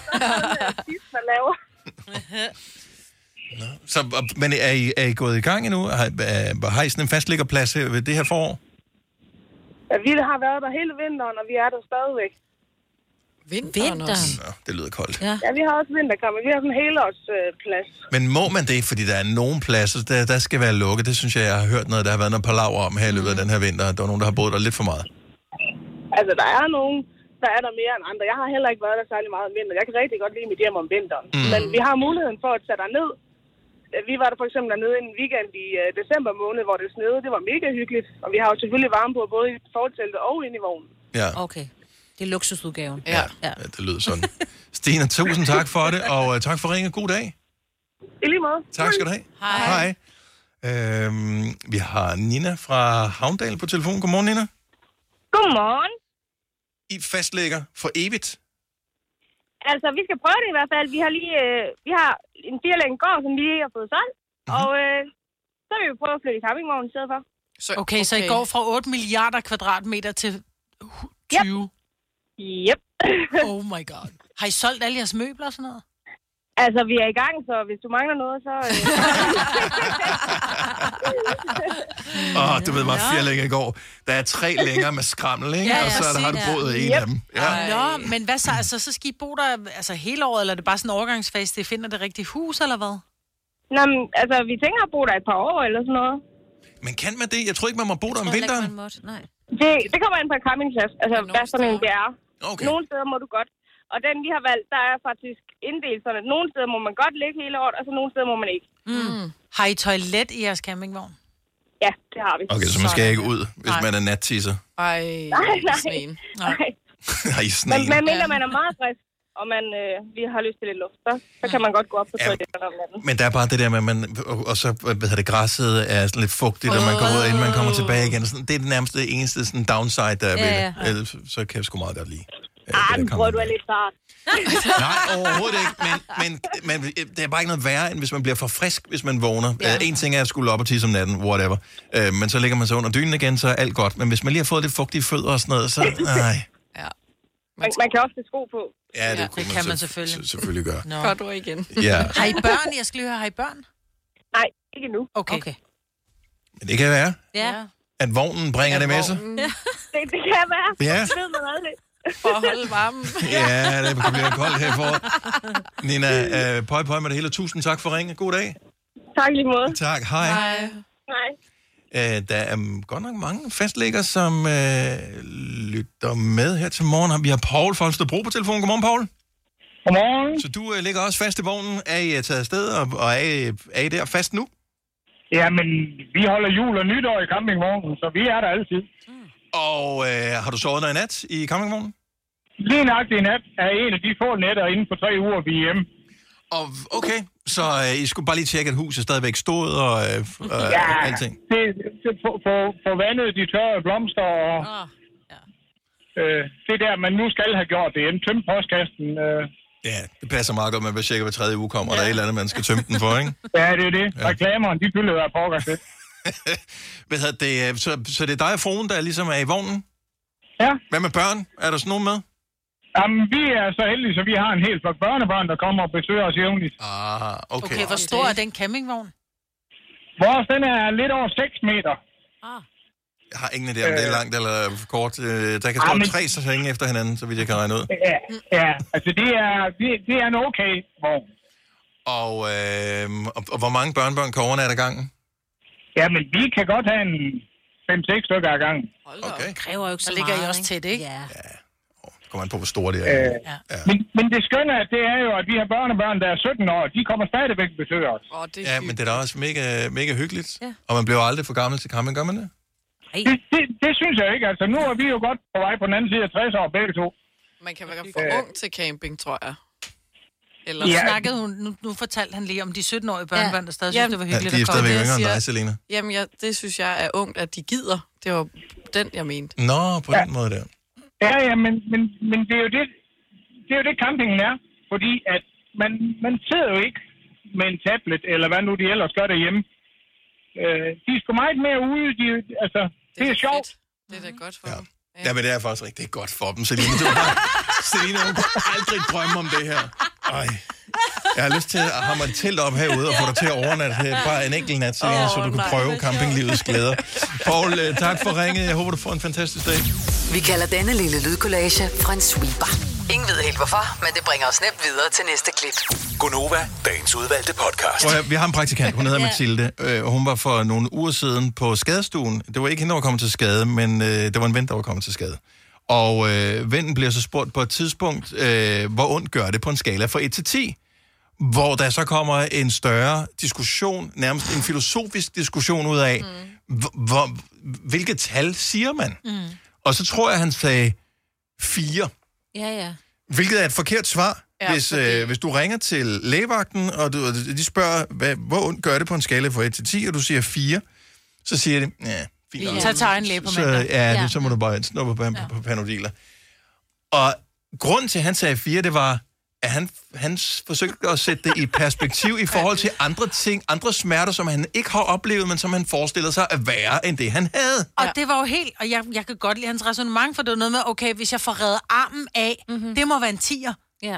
Så, men er I gået i gang endnu? Har I sådan en fastliggerplads ved det her forår? Ja, vi har været der hele vinteren, og vi er der stadigvæk. Vinteren også? Nå, det lyder koldt. Ja, vi har også vinterkammer. Vi har sådan en helårsplads. Men må man det? Fordi der er nogle pladser, der skal være lukket. Det synes jeg har hørt noget, der har været noget palaver om her i løbet af den her vinter. Der er nogen, der har boet der lidt for meget. Altså, der er nogen, der er der mere end andre. Jeg har heller ikke været der særlig meget om vinteren. Jeg kan rigtig godt lide mit hjem om vinteren. Men vi har muligheden for at tage der ned. Vi var der for eksempel dernede en weekend i december måned, hvor det snede. Det var mega hyggeligt. Og vi har jo selvfølgelig varme på både i forteltet og inde i vognen. Ja. Okay. Det er luksusudgaven. Ja, det lyder sådan. Stine, tusind tak for det, og tak for ringen. God dag. I lige måde. Tak skal du have. Hej. Vi har Nina fra Havndal på telefon. Godmorgen, Nina. Godmorgen. I fastlægger for evigt? Altså, vi skal prøve det i hvert fald. Vi har en 4-lægen gård, som lige har fået solgt. Og så vil vi prøve at flytte i campingvognen i stedet for. Okay, så I går fra 8 milliarder kvadratmeter til 20? Yep. Oh my god. Har I solgt alle jeres møbler og sådan noget? Altså, vi er i gang, så hvis du mangler noget, så... Du ved, meget 4 længer i går. Der er 3 længer med skrammel, ikke? Ja, og så har du boet en af dem. Ja. Nå, men hvad så? Altså, så skal I bo der altså, hele året, eller er det bare sådan en overgangsfase, det finder det rigtige hus, eller hvad? Nå, men, altså, vi tænker at bo der et par år, eller sådan noget. Men kan man det? Jeg tror ikke, man må bo der om vinteren. Det kommer ind på en campingplads. Altså, hvad sådan en det er. Okay. Nogle steder må du godt. Og den, vi har valgt, der er faktisk inddelt sådan, at nogle steder må man godt ligge hele året, og så nogle steder må man ikke. Har I toilet i jeres campingvogn? Ja, det har vi. Okay, så man skal ikke ud, hvis man er nattisser. Nej. Har I sneen? Men mindre man er meget frisk, og man lige har lyst til lidt luft, så kan man godt gå op på toilettet om natten. Men der er bare det der med, at man, og så, græsset er sådan lidt fugtigt, og man går ud, inden man kommer tilbage igen. Sådan, det er det nærmeste eneste sådan downside, der er ved det. Så kan jeg sgu meget godt lide. Nu prøver du er lidt sart. Nej, overhovedet ikke, men det er bare ikke noget værre, end hvis man bliver for frisk, hvis man vågner. En ting er at skulle op og tisse om natten, whatever. Men så ligger man så under dynen igen, så er alt godt. Men hvis man lige har fået lidt fugtige fødder og sådan noget, så nej. Man kan også have sko på. Ja, det kan man selvfølgelig. Selvfølgelig gøre. Godt ord igen. Ja. Har I børn? Jeg skal lige høre, har I børn? Nej, ikke endnu. Okay. Men det kan være, at vognen bringer det med sig. Det kan være. Ja. Det ved man aldrig. For at holde varmen. Ja, det kan blive koldt her for. Nina, pøj med det hele. Tusind tak for ringen. God dag. Tak lige måde. Tak, hej. Hej. Der er godt nok mange fastlægger, som lytter med her til morgen. Vi har Paul fra Holstebro på telefonen. Godmorgen, Paul. Godmorgen. Så du ligger også fast i vognen. Er I taget afsted, og er I der fast nu? Ja, men vi holder jul og nytår i campingvognen, så vi er der altid. Og har du sovet noget i nat i campingvognen? Lige nøjagtigt i nat er en af de få nætter inden for 3 uger, vi er hjemme. Og okay, så I skulle bare lige tjekke, at huset stadigvæk stod og alting? For vandet, de tørre blomster og det der, man nu skal have gjort det. Tømme postkassen. Ja, det passer meget godt, man vil tjekke, hver 3. uge kommer, og der er et eller andet, man skal tømme den for, ikke? Ja, det er det. Ja. Reklamerne, de fylder der pokkers lidt. Så det er dig og fruen, der ligesom er i vognen? Ja. Hvad med børn? Er der sådan nogen med? Jamen, vi er så heldige, så vi har en hel flok børnebørn, der kommer og besøger os jævnligt. Okay. Hvor stor er den campingvogn? Vores, den er lidt over 6 meter. Jeg har ingen idé, om det er langt eller kort. Der kan stå 3 senge efter hinanden, så vidt jeg kan regne ud. Ja, altså det er en okay vogn. Og hvor mange børnebørn kan overnatte ad gangen? Ja, men vi kan godt have en 5-6 stykker ad gangen. Okay. Det kræver jo ikke så meget. Der ligger I også tæt, ikke? Ja. Det kommer an på, hvor store det er. Men det skønne, det er jo, at vi har børnebørn, der er 17 år. De kommer stadigvæk besøge os. Ja, men det er da også mega hyggeligt. Ja. Og man bliver aldrig for gammel til camping, gør man det? Det synes jeg ikke. Altså, nu er vi jo godt på vej på den anden side af 60 år, begge to. Man kan være for ung til camping, tror jeg. Eller snakkede hun, nu fortalte han lige om de 17-årige børnebørn, der stadig synes, det var hyggeligt. Ja, de er stadigvæk yngre end dig, Selina. Jamen, det synes jeg er ungt, at de gider. Det var den, jeg mente. Nå, på den måde der. Ja, men det er jo det, campingen er. Fordi at man sidder jo ikke med en tablet, eller hvad nu de ellers gør derhjemme. De er sgu meget mere ude. Det er sjovt. Det er da godt for dem. Ja, men det er faktisk rigtig godt for dem, Selina. Selina, hun kan aldrig drømme om det her. Ej. Jeg har lyst til at have mig et telt op herude og få dig til at overnatte bare en enkelt nat, Selina, så du kan prøve campinglivets glæder. Poul, tak for ringet. Jeg håber, du får en fantastisk dag. Vi kalder denne lille lydkollage en sweeper. Ingen ved helt hvorfor, men det bringer os nemt videre til næste klip. Gonova, dagens udvalgte podcast. Vi har en praktikant, hun hedder Mathilde, og hun var for nogle uger siden på skadestuen. Det var ikke hende, der var kommet til skade, men det var en ven, der var kommet til skade. Og vennen bliver så spurgt på et tidspunkt, hvor ondt gør det på en skala fra 1 til 10. Hvor der så kommer en større diskussion, nærmest en filosofisk diskussion ud af, hvilket tal siger man? Og så tror jeg, han sagde 4. Ja. Hvilket er et forkert svar. Ja, hvis du ringer til lægevagten, og de spørger, hvor ondt gør det på en skala fra 1 til 10, og du siger 4, så siger de, fint. Så tager en læge på mandag. Så må du bare snuppe på Panodiler. Og grunden til, at han sagde 4, det var, at han forsøgte at sætte det i perspektiv i forhold til andre ting, andre smerter, som han ikke har oplevet, men som han forestillede sig at være end det, han havde. Og det var jo helt, og jeg kan godt lide hans ræsonnement, for det var noget med, okay, hvis jeg får reddet armen af, det må være en 10'er. Ja.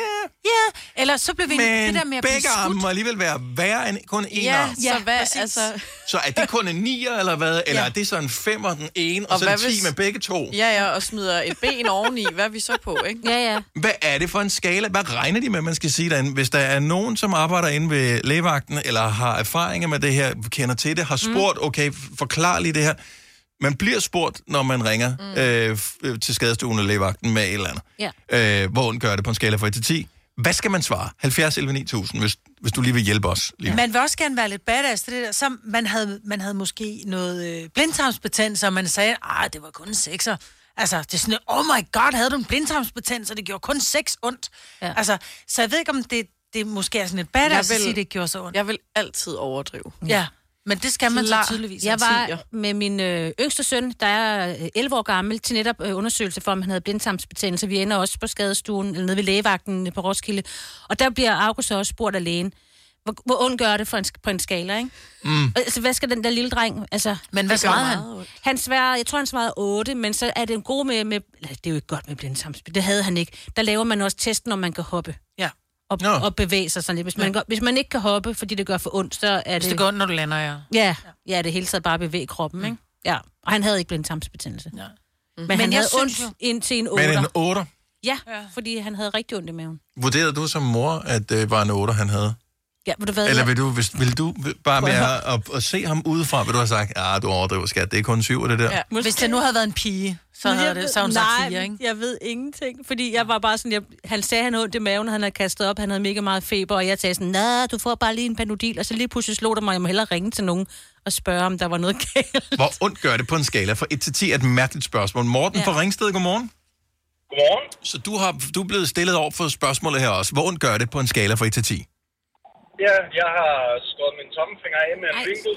Ja, eller så blev vi det der med at begge arme må alligevel være værre end kun en arm. Så hvad, Så er det kun en 9'er, eller hvad? Eller er det så en 5'er, den ene, og så en 10 med begge to? Ja, og smider et ben oveni. Hvad er vi så på, ikke? Ja. Hvad er det for en skala? Hvad regner de med, man skal sige derinde? Hvis der er nogen, som arbejder inde ved lægevagten, eller har erfaringer med det her, kender til det, har spurgt, okay, forklar lige det her. Man bliver spurgt, når man ringer til skadestuen eller lægevagten med et eller andet. Hvor ondt gør det på en skala fra 1 til 10? Hvad skal man svare? 70 11 9000, hvis du lige vil hjælpe os. Man vil også gerne være lidt badass til det der. Så man havde måske noget blindtarmsbetændelse, og man sagde, det var kun 6'er. Altså, det er sådan, oh my god, havde du en blindtarmsbetændelse, og det gjorde kun 6 ondt. Ja. Altså, så jeg ved ikke, om det måske er sådan et badass at sige, det gjorde så ondt. Jeg vil altid overdrive. Ja. Men det skal man så tydeligvis. Jeg var med min yngste søn, der er 11 år gammel, til netop undersøgelse for, om han havde blindtarmsbetændelse. Vi ender også på skadestuen, eller nede ved lægevagten på Roskilde. Og der bliver August også spurgt af lægen, hvor ondt gør det på en skala, ikke? Altså, hvad skal den der lille dreng? Altså, men hvad svarede han? Jeg tror, han svarede 8, men så er det en god med det er jo ikke godt med blindtarmsbetændelse. Det havde han ikke. Der laver man også testen, om man kan hoppe. Ja. Og bevæge sig sådan lidt. Hvis man ikke kan hoppe, fordi det gør for ondt, så er det... Hvis det går ondt, når du lander, Ja, det hele taget bare bevæge kroppen, ikke? Ja, og han havde ikke blindtarmsbetændelse. Ja. Men han havde ondt indtil en 8'er. Men en 8'er? Ja, fordi han havde rigtig ondt i maven. Vurderede du som mor, at det var en 8'er, han havde? Ja, vil du hvad? Eller vil du bare med at se ham udefra, vil du have sagt, du overdriver, skat, det er kun 7, det der? Ja, hvis det nu havde været en pige, så havde hun sagt 4, ikke? Jeg ved ingenting, fordi jeg var bare sådan, han sagde, han havde ondt i maven, han havde kastet op, han havde mega meget feber, og jeg sagde sådan, du får bare lige en Panodil, og så lige pludselig slog der mig, jeg må hellere ringe til nogen og spørge, om der var noget galt. Hvor ondt gør det på en skala fra 1 til 10 er et mærkeligt spørgsmål. Morten fra Ringsted, godmorgen. Godmorgen. Så du er blevet stillet over for spørgsmålet her også. Hvor ondt gør det på en skala fra 1 til 10? Ja, jeg har skåret min tommelfinger af med en vinkel.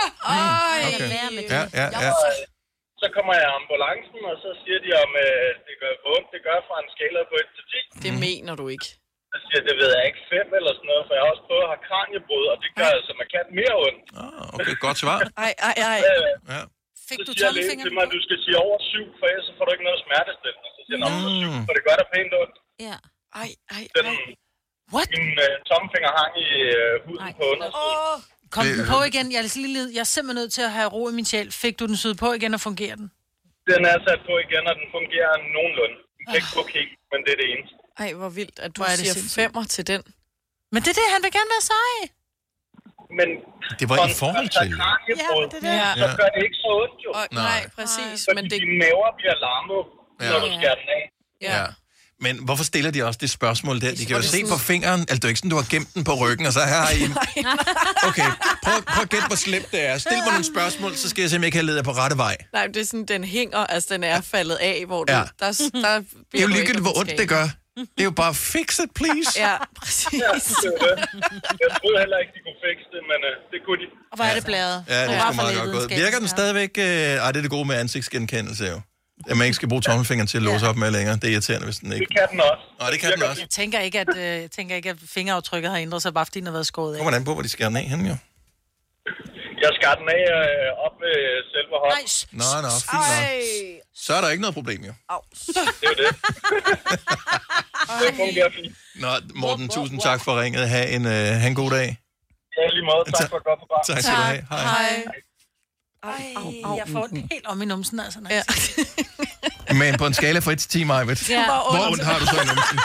Ja. Så kommer jeg i ambulancen, og så siger de, om det gør ondt. Det gør fra en skala på 1 til 10. Det mener du ikke. Jeg siger, det ved jeg ikke, 5 eller sådan noget, for jeg har også prøvet at have kraniebrud, og det gør altså markant mere ondt. Okay, godt svar. Ja. Fik du tommelfingeren? Til mig, at du skal sige over 7, for ellers så får du ikke noget smertestillende. Så siger jeg, 7, for det gør der pænt ondt. Ja. What? Min tommelfinger hang i huden på undersiden. Kom den på igen? Jeg er simpelthen nødt til at have ro i min sjæl. Fik du den syet på igen, og fungerer den? Den er sat på igen, og den fungerer nogenlunde. Den kan ikke gå helt, men det er det eneste. Ej, hvor vildt, at du siger 5'er til den. Men det er det, han vil gerne være sej. Men det var i forhold til... Så gør det ikke så ondt, jo. Nej, præcis. Fordi dine maver bliver larmet, når du skærer den af. Ja. Men hvorfor stiller de også det spørgsmål der? De kan jo se på fingeren, altså det er ikke sådan, du har gemt den på ryggen, og så her har I... Okay, prøv at gætte, hvor slemt det er. Stil mig nogle spørgsmål, så skal jeg simpelthen ikke have ledet på rette vej. Nej, det er sådan, den hænger, altså den er faldet af, hvor du... Der det er jo ligegyldigt, hvor ondt det gør. Det er jo bare fix it, please. Ja, præcis. Ja, jeg troede heller ikke, de kunne fixe det, men det kunne de. Og hvor er det blæret? Ja, det er sgu meget godt gået. Virker den stadigvæk... det er det gode med ansigtsgenkendelse, jo. At man ikke skal bruge tommelfingeren til at låse op med længere. Det er irriterende, hvis den ikke... Det kan den også. Nej, det kan den også. Jeg tænker ikke, at fingeraftrykket har ændret sig, bare fordi den har været skåret af. Kommer an på, hvor de skærer den af henne, jo. Jeg skar den af op ved selve hånden. Nå, fint. Så er der ikke noget problem, jo. Det er det. Det fungerer fint. Nå, Morten, tusind tak for ringet. Ha' en god dag. Ja, lige måde. Tak for et godt program. Tak skal du have. Hej. Jeg får den helt om i numsen, altså. Ja. Men på en skala fra 1 til 10, Majbet, hvor ondt har du så i numsen?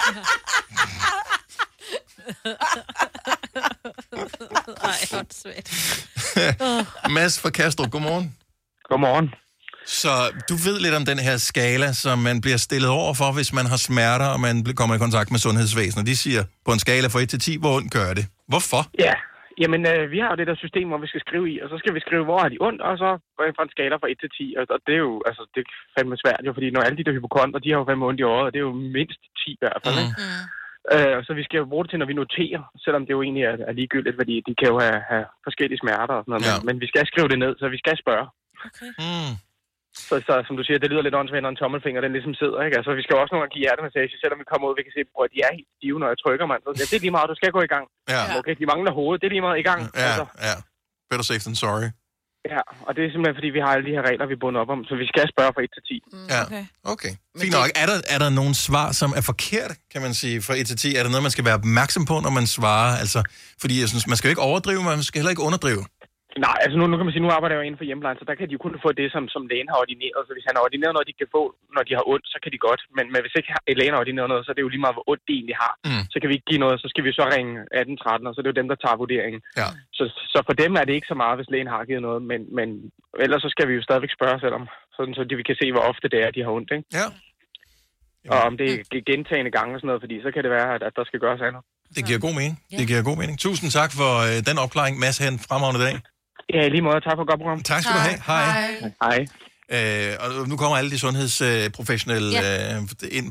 Nej, hvor er det svært. Mads fra Kastrup, godmorgen. Godmorgen. Så du ved lidt om den her skala, som man bliver stillet over for, hvis man har smerter, og man kommer i kontakt med sundhedsvæsenet. De siger, på en skala fra 1 til 10, hvor ondt gør det? Hvorfor? Ja, jamen vi har jo det der system, hvor vi skal skrive i, og så skal vi skrive, hvor har de ondt, og så går jeg fra en skala fra 1 til 10, og det er jo, altså, det er fandme svært jo, fordi når alle de der hypokondrer, de har jo fandme ondt i året, og det er jo mindst 10 i hvert fald, ikke? Så vi skal jo bruge det til, når vi noterer, selvom det jo egentlig er ligegyldigt, fordi de kan jo have forskellige smerter og sådan noget, men vi skal skrive det ned, så vi skal spørge. Okay. Så som du siger, det lyder lidt åndssvagt, når en tommelfinger, den ligesom sidder, ikke? Altså, vi skal også nogle gange give hjertemassage, selvom vi kommer ud, vi kan se, at de er helt stive, når jeg trykker, man. Så det er lige meget, du skal gå i gang. Ja. Okay, de mangler hovedet, det er lige meget i gang. Ja. Better safe than sorry. Ja, og det er simpelthen, fordi vi har alle de her regler, vi er bundet op om, så vi skal spørge fra 1 til 10. Ja, okay. Fint nok. Er der nogle svar, som er forkert, kan man sige, fra 1 til 10? Er der noget, man skal være opmærksom på, når man svarer? Altså, fordi jeg synes, man skal jo ikke overdrive, men man skal heller ikke underdrive. Nej, altså nu kan man sige, nu arbejder jeg jo inden for hjemmeplejen, så der kan de jo kun få det, som lægen har ordineret. Så hvis han har ordineret noget, de kan få, når de har ondt, så kan de godt. Men hvis ikke lægen har ordineret noget, så er det jo lige meget, hvor ondt de egentlig har. Så kan vi ikke give noget, så skal vi så ringe 1813, og så er det jo dem, der tager vurderingen. Ja. Så for dem er det ikke så meget, hvis lægen har givet noget, men ellers så skal vi jo stadigvæk spørge selvom, sådan så vi kan se, hvor ofte det er, de har ondt, ikke? Ja. Og om det er gentagende gange og sådan noget, fordi så kan det være, at der skal gøres andet. Det giver god mening. Det giver god mening. Tusind tak for den opklaring. Mads, have en fremragende dag. Ja, lige måde. Tak for et godt program. Tak skal du have. Hej. Og nu kommer alle de sundhedsprofessionelle ind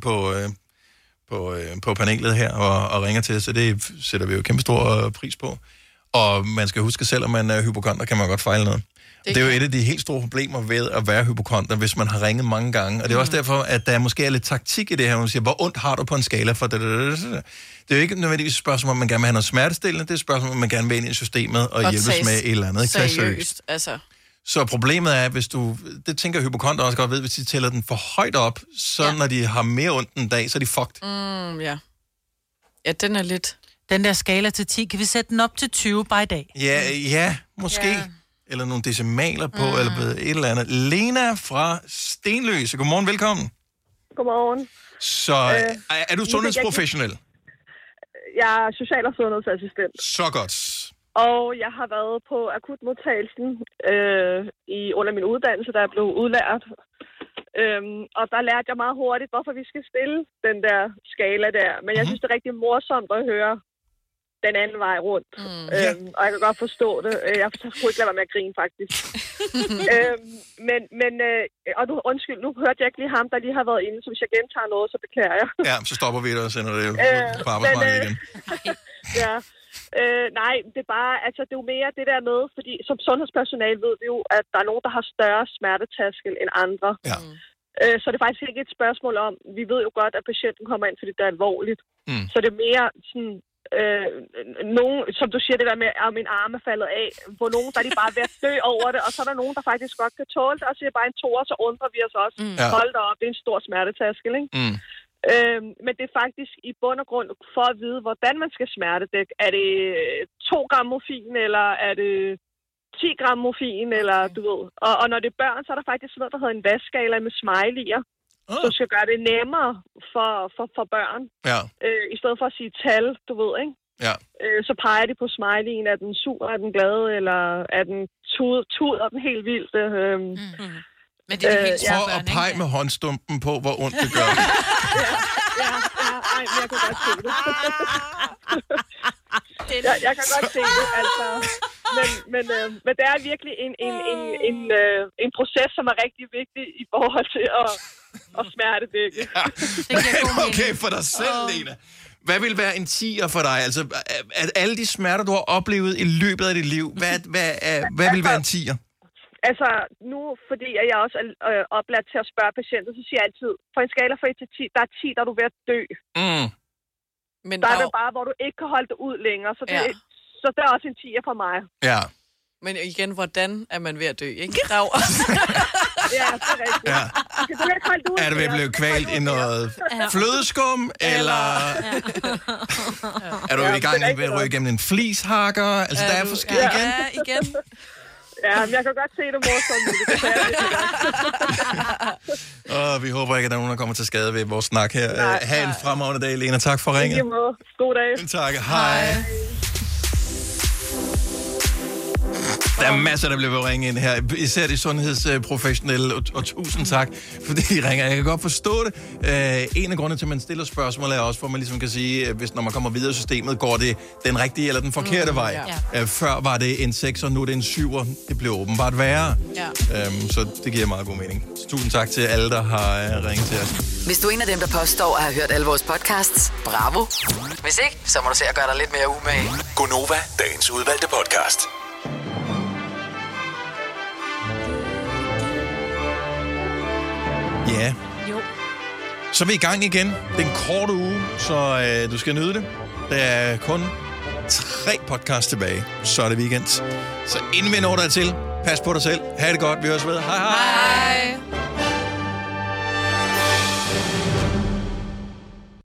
på panelet her og ringer til os, så det sætter vi jo kæmpe stor pris på. Og man skal huske, selvom man er hypokonder, kan man godt fejle noget. Det er jo et af de helt store problemer ved at være hypokonder, hvis man har ringet mange gange. Og det er også derfor, at der måske er lidt taktik i det her, hvor man siger, hvor ondt har du på en skala for det? Det er jo ikke nødvendigvis et spørgsmål, om man gerne vil have noget smertestillende. Det er et spørgsmål, om man gerne vil ind i systemet og hjælpes med et eller andet. Seriøst, altså. Så problemet er, hvis du... Det tænker hypokonder også godt ved, hvis de tæller den for højt op, så når de har mere ondt en dag, så er de fucked. Ja, den er lidt... Den der skala til 10, kan vi sætte den op til 20 bare i dag? Ja, måske. Ja. Eller nogle decimaler på, eller et eller andet. Lena fra Stenløse. Godmorgen, velkommen. Godmorgen. Så er du sundhedsprofessionel? Jeg er social- og sundhedsassistent. Så godt. Og jeg har været på akutmodtagelsen under min uddannelse, der blev udlært. Og der lærte jeg meget hurtigt, hvorfor vi skal stille den der skala der. Men jeg synes, det er rigtig morsomt at høre den anden vej rundt. Og jeg kan godt forstå det. Jeg kunne ikke lade være med at grine, faktisk. Og nu, undskyld, nu hørte jeg ikke lige ham, der lige har været inde, så hvis jeg gentager noget, så beklager jeg. Ja, så stopper vi det og sender det på arbejdsmarkedet igen. Ja. Nej, det er bare, altså det er jo mere det der med, fordi som sundhedspersonale ved vi jo, at der er nogen, der har større smertetærskel end andre. Ja. Så det er faktisk ikke et spørgsmål om, vi ved jo godt, at patienten kommer ind, fordi det er alvorligt. Så det er mere sådan, nogen, som du siger, det der med, at min arm er faldet af, hvor nogen, der er de bare ved at dø over det, og så er der nogen, der faktisk godt kan tåle det, og så er det bare en toer, så undrer vi os også. Hold da op, det er en stor smertetærskel, ikke? Men det er faktisk i bund og grund for at vide, hvordan man skal smertedække. Er det 2 gram morfin, eller er det 10 gram morfin, eller du ved. Og når det er børn, så er der faktisk noget, der hedder en vasskala med smiley'er. Så skal gøre det nemmere for børn. Ja. I stedet for at sige tal, du ved, ikke? Ja. Så peger de på smileyen. Er den sur, er den glad, eller er den tuder den helt vildt? Men det er det helt for at pege med håndstumpen på, hvor ondt det gør. Ej, jeg kan godt se det. jeg kan godt se det, altså. Men det er virkelig en proces, som er rigtig vigtig i forhold til at smertedække. Ja. Okay, for dig selv, Lena. Hvad vil være en 10'er for dig? Altså, alle de smerter, du har oplevet i løbet af dit liv, hvad vil være en 10'er? Altså, nu, fordi jeg også er oplært til at spørge patienter, så siger jeg altid, på en skala fra 1 til 10, der er 10, der er du ved at dø. Men der er det bare, hvor du ikke kan holde det ud længere, så det er også en 10'er for mig. Ja. Men igen, hvordan er man ved at dø, ikke? Der er ja, det er rigtigt. Ja. Du kan ikke holde det ud. Er du ved at blive kvalt i noget flødeskum, eller er du i gang med at ryge igennem en flishakker? Altså, der er forskellige igen. Ja, igen. Ja, men jeg kan godt se det morsomt, men det kan vi håber ikke, at der er nogen, der kommer til skade ved vores snak her. Ha' en fremragende dag, Lena. Tak for ringet. God dag. Tak. Hej. Der er masser, der bliver ringe ind her, især de sundhedsprofessionelle, og tusind tak, fordi de ringer. Jeg kan godt forstå det. En af grundene til, at man stiller spørgsmål, er også, for man ligesom kan sige, hvis når man kommer videre i systemet, går det den rigtige eller den forkerte vej. Ja. Før var det en 6'er, nu er det en 7'er. Det blev åbenbart værre. Ja. Så det giver meget god mening. Så tusind tak til alle, der har ringet til os. Hvis du er en af dem, der påstår at have hørt alle vores podcasts, bravo. Hvis ikke, så må du se at gøre dig lidt mere umage. Gonova, dagens udvalgte podcast. Ja. Jo. Så er vi i gang igen. Det er en kort uge, så du skal nyde det. Der er kun 3 podcasts tilbage, så er det weekend. Så inden vi når der til, pas på dig selv. Ha' det godt. Vi høres ved. Hej hej. Hej.